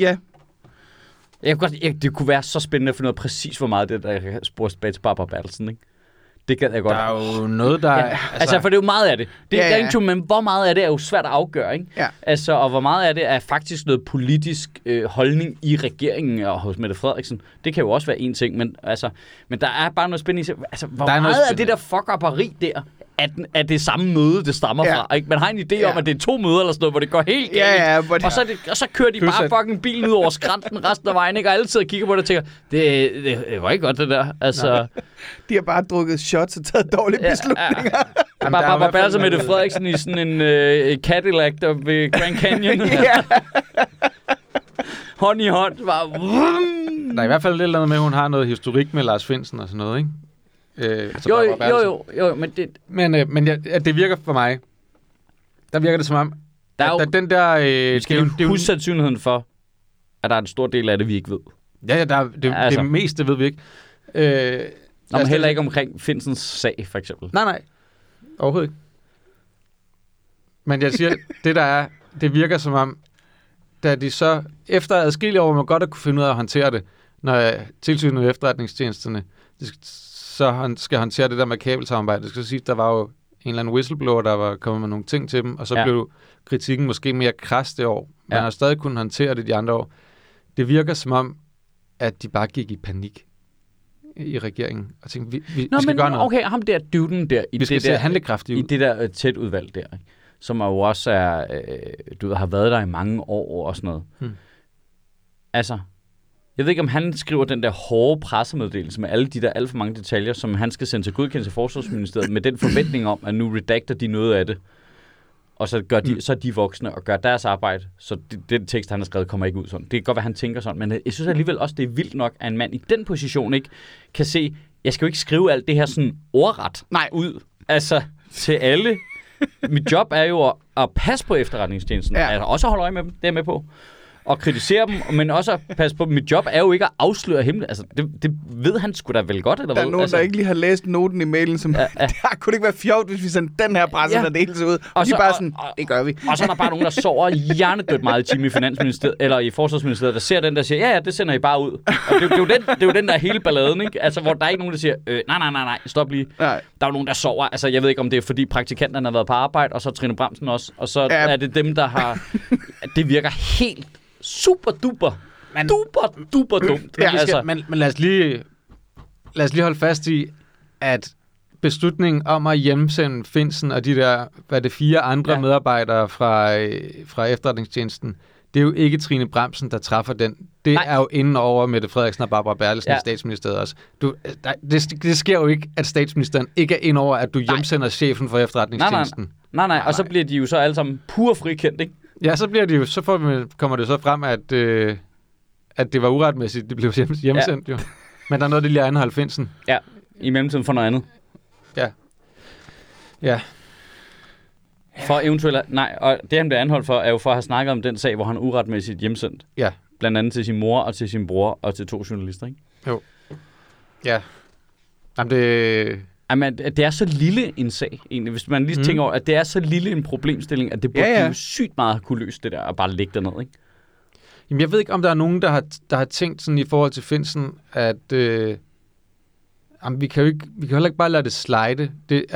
det kunne være så spændende at finde ud af præcis, hvor meget det der spurgte tilbage til Barbara Bertelsen, ikke? Det gad jeg godt. Der er jo noget, der... Altså, for det er jo meget af det. Der er ingen tvivl, men hvor meget af det er jo svært at afgøre, ikke? Ja. Altså, og hvor meget af det er faktisk noget politisk holdning i regeringen og hos Mette Frederiksen. Det kan jo også være en ting, men der er bare noget spændende. Altså, hvor meget af det der fuck-upperi der, at det samme møde, det stammer fra, ikke? Man har en idé om, at det er 2 møder eller sådan noget, hvor det går helt galt. Og så kører de bare fucking bilen ud over skrænten resten af vejen, ikke? Og alle sidder og kigger på det og tænker, det var ikke godt, det der. Altså... De har bare drukket shots og taget dårlige beslutninger. Bare bærelse Mette Frederiksen i sådan en Cadillac der ved Grand Canyon. Hånd i hånd. Der er i hvert fald lidt noget med, at hun har noget historik med Lars Findsen og sådan noget, ikke? Jo, men det... Men det virker for mig. Der virker det som om, der er jo, at den der... vi skal jo huske sandsynligheden for, at der er en stor del af det, vi ikke ved. Ja, det meste ved vi ikke. Men heller ikke omkring Findsens sag, for eksempel. Nej. Overhovedet ikke. Men jeg siger, det virker som om, da de så, efter adskillige år, man godt at kunne finde ud af at håndtere det, når tilsynet med efterretningstjenesterne, så skal håndtere det der med kabelsamarbejde. Det skal sige, der var jo en eller anden whistleblower, der var kommet med nogle ting til dem, og så blev kritikken måske mere kras det år. Man har stadig kunnet håndtere det de andre år. Det virker som om, at de bare gik i panik i regeringen, og tænkte, vi skal gøre noget. Okay, ham der duden der, vi skal se handlekraftigt ud. I det der tæt udvalg der, ikke? Som jo også er, har været der i mange år og sådan noget. Altså, jeg ved ikke, om han skriver den der hårde pressemeddelelse med alle de der alt for mange detaljer, som han skal sende til godkendelse til Forsvarsministeriet, med den forventning om, at nu redakter de noget af det, og så er de voksne og gør deres arbejde, så den tekst, han har skrevet, kommer ikke ud sådan. Det kan godt være, han tænker sådan, men jeg synes alligevel også, det er vildt nok, at en mand i den position ikke kan se, jeg skal jo ikke skrive alt det her sådan ordret ud, altså til alle. Mit job er jo at passe på efterretningstjenesten, altså også at holde øje med dem, det er med på. og kritisere dem, men også at passe på, mit job er jo ikke at afsløre hemmeligt. Altså, det ved han sgu da vel godt, eller hvad? Der er nogen, der ikke lige har læst noten i mailen, som, det kunne ikke være fjovt, hvis vi sendte den her presse, der deles ud. Og de bare sådan, det gør vi. Og så er der bare nogen, der sover hjernedødt meget i time i Finansministeriet, eller i Forsvarsministeriet, der ser den, der siger, ja, det sender I bare ud. Og det er jo den der hele balladen, ikke? Altså, hvor der er ikke nogen, der siger, nej, stop lige. Nej. Der er jo nogen, der sover. Altså, jeg ved ikke, om det er, fordi praktikanterne har været på arbejde, og så Trine Bramsen også, og så er det dem, der har... Det virker helt super duper dumt. Ja, altså. Men lad os lige holde fast i, at beslutningen om at hjemsende Findsen og de der, 4 andre medarbejdere fra efterretningstjenesten, det er jo ikke Trine Bramsen, der træffer den. Det er jo inden over Mette Frederiksen og Barbara Bertelsen i statsministeriet også. Det sker jo ikke, at statsministeren ikke er ind over, at du hjemsender chefen for efterretningstjenesten. Nej, og så bliver de jo så alle sammen pur frikendt, ikke? Ja, så bliver de jo, kommer det så frem, at det var uretmæssigt, det blev hjemsendt jo. Men der er noget, det lige er anholdt Findsen. Ja, i mellemtiden for noget andet. Ja. For eventuelt... Nej, og det han bliver anholdt for, er jo for at have snakket om den sag, hvor han er uretmæssigt hjemsendt. Ja. Blandt andet til sin mor og til sin bror og til 2 journalister, ikke? Jo. Ja. Jamen, det er så lille en sag, egentlig. Hvis man lige tænker over, at det er så lille en problemstilling, at det burde jo sygt meget kunne løse det der, og bare lægge derned, ikke? Jamen, jeg ved ikke, om der er nogen, der har tænkt sådan i forhold til Findsen, at vi kan heller ikke bare lade det slide.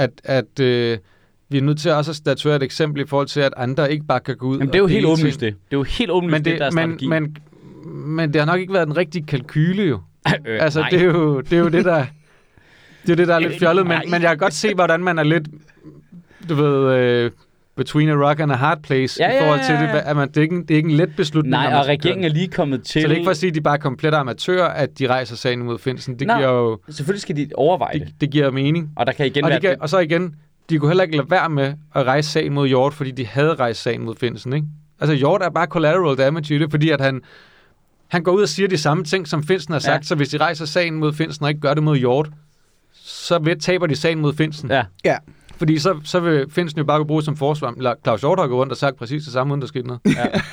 Vi er nødt til også at statuere et eksempel i forhold til, at andre ikke bare kan gå ud. Jamen, det er jo helt åbenlyst det. Det er jo helt åbenlyst det, der er strategi. Men det har nok ikke været en rigtig kalkyle, jo. Altså, det er jo det, der... Det er det, der er lidt fjollet, men jeg kan godt se, hvordan man er lidt, du ved, between a rock and a hard place i forhold til det, at det er ikke en let beslutning. Nej, og regeringen er lige kommet til... Så det er ikke for at sige, at de bare er komplet amatører, at de rejser sagen mod Findsen. Det giver jo... Selvfølgelig skal de overveje det. Det giver mening. Og der kan igen og så igen, de kunne heller ikke lade være med at rejse sagen mod Hjort, fordi de havde rejst sagen mod Findsen, ikke? Altså, Hjort er bare collateral damage i det, fordi at han går ud og siger de samme ting, som Findsen har sagt, så hvis de rejser sagen mod Findsen og ikke gør det mod Hjort, så taber de sagen mod Findsen. Ja. Fordi så vil Findsen jo bare gå bruge som forsvar. Claus Hjort har gået rundt og sagt præcis det samme, uden der skete noget.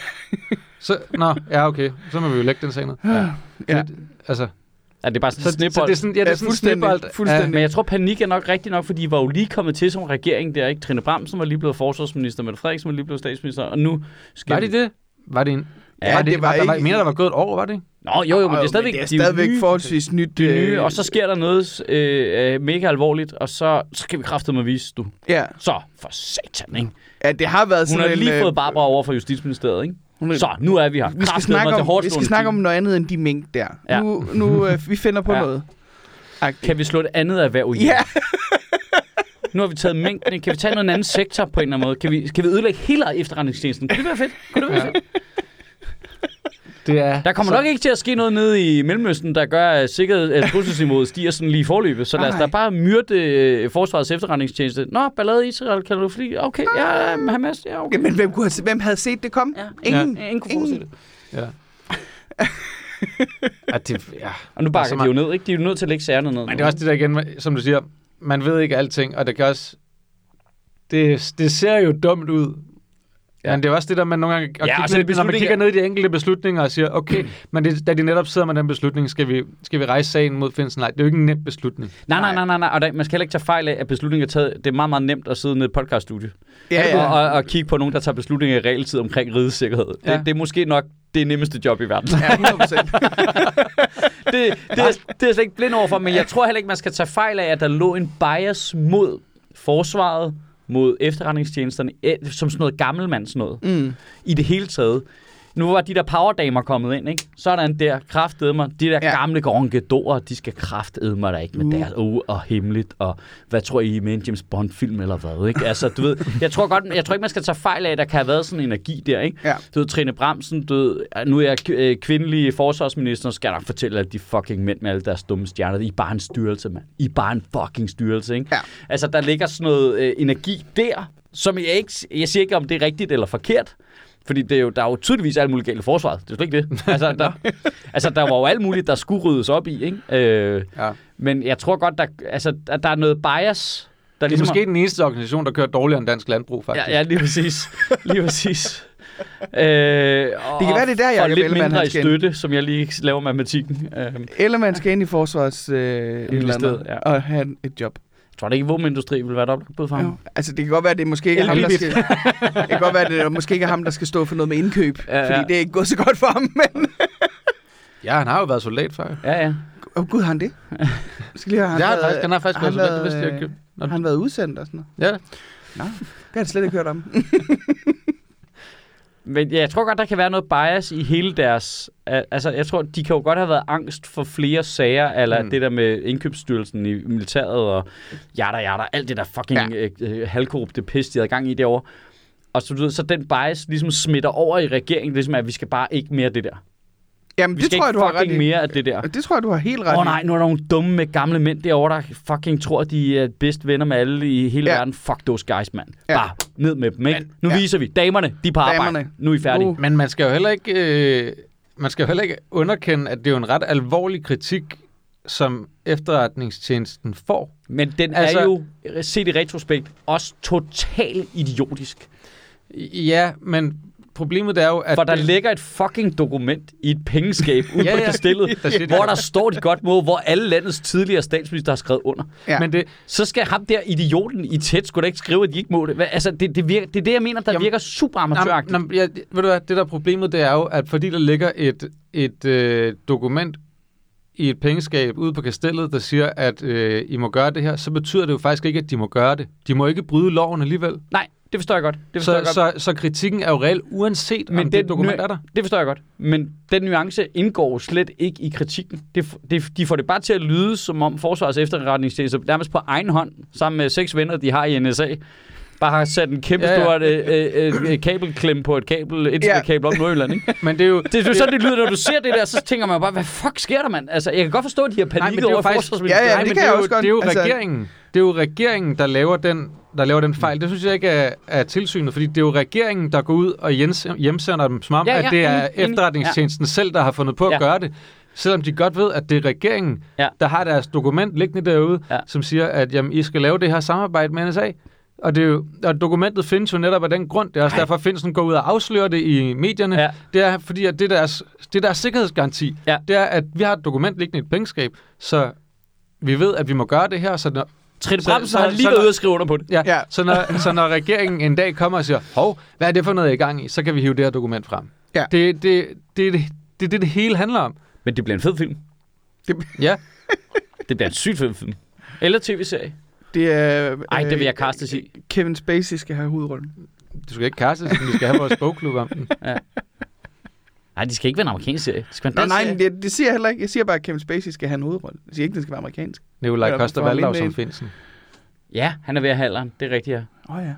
Ja. Okay. Så må vi jo lægge den sag ned. Ja. Altså... Ja, det er bare sådan en snibbold. Så det er sådan, det er sådan fuldstændig. Ja. Men jeg tror, panik er nok rigtig nok, fordi de var jo lige kommet til som regering der, ikke? Trine Bramsen var lige blevet forsvarsminister, Mette Frederiksen var lige blevet statsminister, og nu skal... Var det? Var det en... Ja, det var ikke... Jeg mener, der var gået et år, var det ikke? Nå, jo, men det er stadigvæk forholdsvis nyt. Det nye, og så sker der noget mega alvorligt, og så kan vi kraftedeme vise, du. Ja. Så, for satan, ikke? Ja, det har været sådan Hun har lige fået Barbara over fra Justitsministeriet, ikke? Så, nu er vi her. Vi skal snakke om noget andet end de mink der. Ja. Nu vi finder på noget. Kan vi slå et andet erhverv i? Ja. Nu har vi taget mængden. Kan vi tage noget anden sektor på en eller anden måde? Kan vi ødelægge hele efterretningstjenesten? Kunne det være fedt? Der kommer nok ikke til at ske noget nede i Mellemøsten, der gør, at trusselsniveauet stiger sådan lige i forløbet. Så lad os da bare myrde forsvarets efterretningstjeneste. Nå, ballade Israel, kan du fly? Okay, ja, Hamas, ja, okay. Men hvem havde set det komme? Ja. Ingen kunne forudse det. Ja. Og nu bakker de jo ned, ikke? De er jo nødt til at lægge sagerne ned. Men det er også det der igen, som du siger, man ved ikke alting, og det kan også... Det ser jo dumt ud. Ja. Men det er også det der, man nogle gange... når man kigger ned i de enkelte beslutninger og siger, okay, men da de netop sidder med den beslutning, skal vi rejse sagen mod Findsen? Nej, det er jo ikke en nem beslutning. Nej. Og man skal heller ikke tage fejl af, at beslutninger er taget. Det er meget, meget nemt at sidde nede i et podcaststudie. Og kigge på nogen, der tager beslutninger i realtid omkring rigets sikkerhed. Ja. Det er måske nok det nemmeste job i verden. Ja, 100%. det er jeg slet ikke blind overfor, men jeg tror heller ikke, man skal tage fejl af, at der lå en bias mod forsvaret, mod efterretningstjenesterne, som sådan noget gammelmands noget. I det hele taget. Nu var de der powerdamer kommet ind, ikke? Sådan der, kraftedmer. De der gamle grongedorer, de skal kraftedmer der ikke med deres og hemmeligt, og hvad tror I med en James Bond-film eller hvad, ikke? Altså, du ved, jeg tror ikke, man skal tage fejl af, at der kan have været sådan en energi der, ikke? Ja. Du ved, Trine Bramsen, nu er jeg kvindelig forsvarsminister, skal jeg nok fortælle, at de fucking mænd med alle deres dumme stjerner, I er bare en styrelse, mand. I er bare en fucking styrelse, ikke? Ja. Altså, der ligger sådan noget energi der, som jeg siger ikke, om det er rigtigt eller forkert, fordi der er jo tydeligvis alt muligt galt i forsvaret. Det er slet ikke det. Altså, der var jo alt muligt, der skulle ryddes op i, ikke? Men jeg tror godt, der er noget bias Det er måske den eneste organisation, der kører dårligere end dansk landbrug, faktisk. Ja, lige præcis. Lige præcis. Det kan være, det der, Jacob Ellemann mindre i støtte, som jeg lige laver matematikken. Ellemann skal ind i forsvars og have et job. Jeg tror da ikke, at våbenindustri vil være et oplagt for ham. Jo. Altså, det kan godt være, at det måske ikke er ham, der skal... det kan godt være, at det måske ikke er ham, der skal stå for noget med indkøb. Fordi det er ikke gået så godt for ham, men... Ja, han har jo været soldat før. Ja. Gud, har han det? Han har faktisk været soldat, det vidste jeg ikke. Har han været udsendt og sådan noget? Ja. Nå, det har jeg slet ikke hørt om. Men jeg tror godt, der kan være noget bias i hele deres... Altså, jeg tror, de kan jo godt have været angst for flere sager, eller det der med indkøbsstyrelsen i militæret, og jada, alt det der fucking halvkorrupte pis, de havde gang i derovre. Og så den bias ligesom smitter over i regeringen, ligesom at vi skal bare ikke mere det der. Jamen, det tror jeg, du har ret i. Mere af det der. Det tror jeg, du har helt ret i. Nej, nu er der nogle dumme med gamle mænd derovre, der fucking tror, de er bedst venner med alle i hele verden. Fuck those guys, mand. Bare ned med dem, ikke? Nu viser vi. Damerne, de er på arbejde. Nu er I færdige. Men man skal jo heller ikke underkende, at det er jo en ret alvorlig kritik, som efterretningstjenesten får. Men den er jo, set i retrospekt, også totalt idiotisk. Ja, men... Problemet er jo, at... For der ligger et fucking dokument i et pengeskab ude på kastellet, hvor der står de godt mod, hvor alle landets tidligere statsminister har skrevet under. Ja. Men så skal ham der idioten i tæt skulle da ikke skrive, at de ikke må det. Altså, det er det, jeg mener, der virker super amatøragtigt. Ved du hvad, det der problemet, det er jo, at fordi der ligger et dokument i et pengeskab ude på kastellet, der siger, at I må gøre det her, så betyder det jo faktisk ikke, at de må gøre det. De må ikke bryde loven alligevel. Nej. Det forstår jeg godt. Så kritikken er jo reelt, uanset om det dokument er der. Det forstår jeg godt. Men den nuance indgår slet ikke i kritikken. De får det bare til at lyde, som om Forsvarets efterretningstjeneste nærmest på egen hånd, sammen med 6 venner, de har i NSA, bare har sat en kæmpe stor kabelklem på et kabel op i Nordjylland, ikke? Men det er jo sådan, det lyder, når du ser det der, så tænker man bare, hvad fuck sker der, mand? Altså, jeg kan godt forstå, at de har panikket over Forsvarsministeriet. Ja, det kan jeg også godt. Det er jo regeringen. Det er jo regeringen, der laver den fejl. Det synes jeg ikke er tilsynet, fordi det er jo regeringen, der går ud og hjemsender dem, som om, at det er efterretningstjenesten selv, der har fundet på at gøre det. Selvom de godt ved, at det er regeringen, der har deres dokument liggende derude, som siger, at jamen, I skal lave det her samarbejde med NSA. Og dokumentet findes jo netop af den grund. Det er også derfor, Finsen går ud og afslører det i medierne. Ja. Det er fordi, at det der sikkerhedsgaranti, det er, at vi har et dokument liggende i et pengeskab, så vi ved, at vi må gøre det her. Så Trine Bramsen har lige været ude og skrive under på det. Ja. Så når regeringen en dag kommer og siger, hov, hvad er det for noget i gang i, så kan vi hive det her dokument frem. Ja. Det hele handler om. Men det bliver en fed film. Det bliver en sygt fed film. Eller tv-serie. Det er... det vil jeg castes i. Kevin Spacey skal have hovedrollen. Du skal ikke castes, men vi skal have vores bogklub om den. Ja. Nej, de skal ikke være en amerikansk serie. Nej, det siger jeg heller ikke. Jeg siger bare, at Kevin Spacey skal have en hovedrolle. Jeg siger ikke, at den skal være amerikansk. Nikolaj Coster-Waldau som Finsen. Ja, han er ved at have alderen. Det er rigtigt, ja. Ja.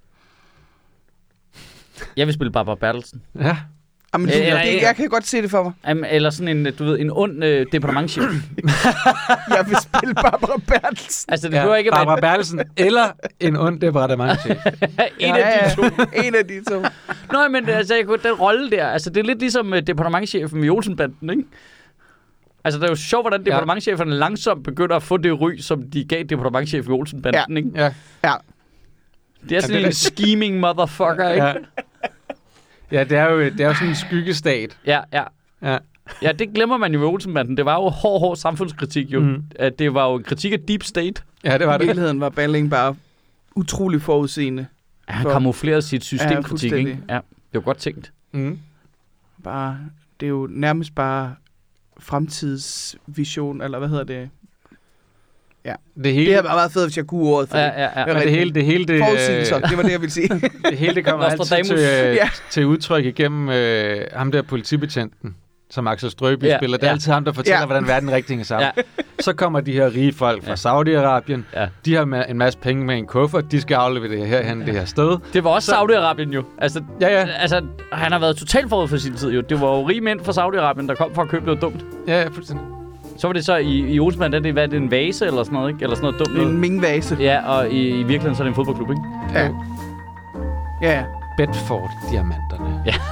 Jeg vil spille Barbara Bertelsen. Ja. Jamen, jeg kan godt se det for mig. Eller sådan en ond departementschef. Jeg vil spille Barbara Bertelsen. Altså, det behøver ikke Barbara Bertelsen eller en ond departementschef. En af de to. En af de to. Nå, men altså, den rolle der, altså, det er lidt ligesom departementschefen i Olsenbanden, ikke? Altså, det er jo sjovt, hvordan departementcheferne langsomt begynder at få det ry, som de gav departementchef i Olsenbanden, ikke? Ja. Det er sådan en scheming motherfucker, ikke? Ja. Ja, det er jo sådan en skyggestat. Ja, det glemmer man jo ved Olsenbanden. Det var jo hård samfundskritik jo. At det var jo en kritik af deep state. Ja, det var det. I virkeligheden var Balling bare utrolig forudseende. Ja, han kamuflerede sit systemkritik, ikke? Ja, det var godt tænkt. Bare, det er jo nærmest bare fremtidsvision, eller hvad hedder det? Ja. Det har bare været fedt, hvis jeg kunne ordet for det. Men det hele forudsigelser, det var det, jeg ville sige. Det hele det kommer altid til udtryk igennem ham der politibetjenten, som Axel Strøby spiller. Det er altid ham, der fortæller, hvordan verden rigtig hænger sammen. Så kommer de her rige folk fra Saudi-Arabien. De har en masse penge med en kuffert. De skal aflevere det herhen, det her sted. Det var også Saudi-Arabien jo. Altså, altså, han har været totalt forud for sin tid jo. Det var jo rige mænd fra Saudi-Arabien, der kom for at købe noget dumt. Ja, fuldstændig. Så var det så i Olsenband, er det en vase eller sådan noget, ikke? Eller sådan noget dumt noget. En Ming-vase. Ja, og i virkeligheden så er det en fodboldklub, ikke? Ja. Bedford-diamanterne. Ja.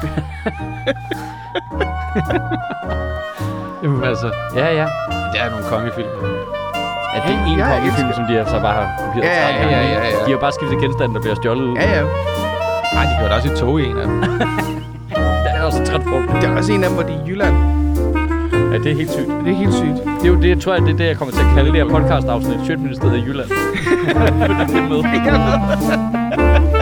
Jamen altså. Ja. Det er nogle kongefilm. At det er en kongefilm, som de så bare har kopieret. Ja. De har bare skiftet genstande, der bliver stjålet ud. Ja. Nej, de kørte også i tog i en af dem. Der er også transport. Der er også en af dem, hvor de er i Jylland. Ja, det er helt sygt. Det er helt sygt. Det er jo det, tror jeg, det er det, jeg kommer til at kalde det her podcast-afsnit. Sjøtministeriet i Jylland. Det er med.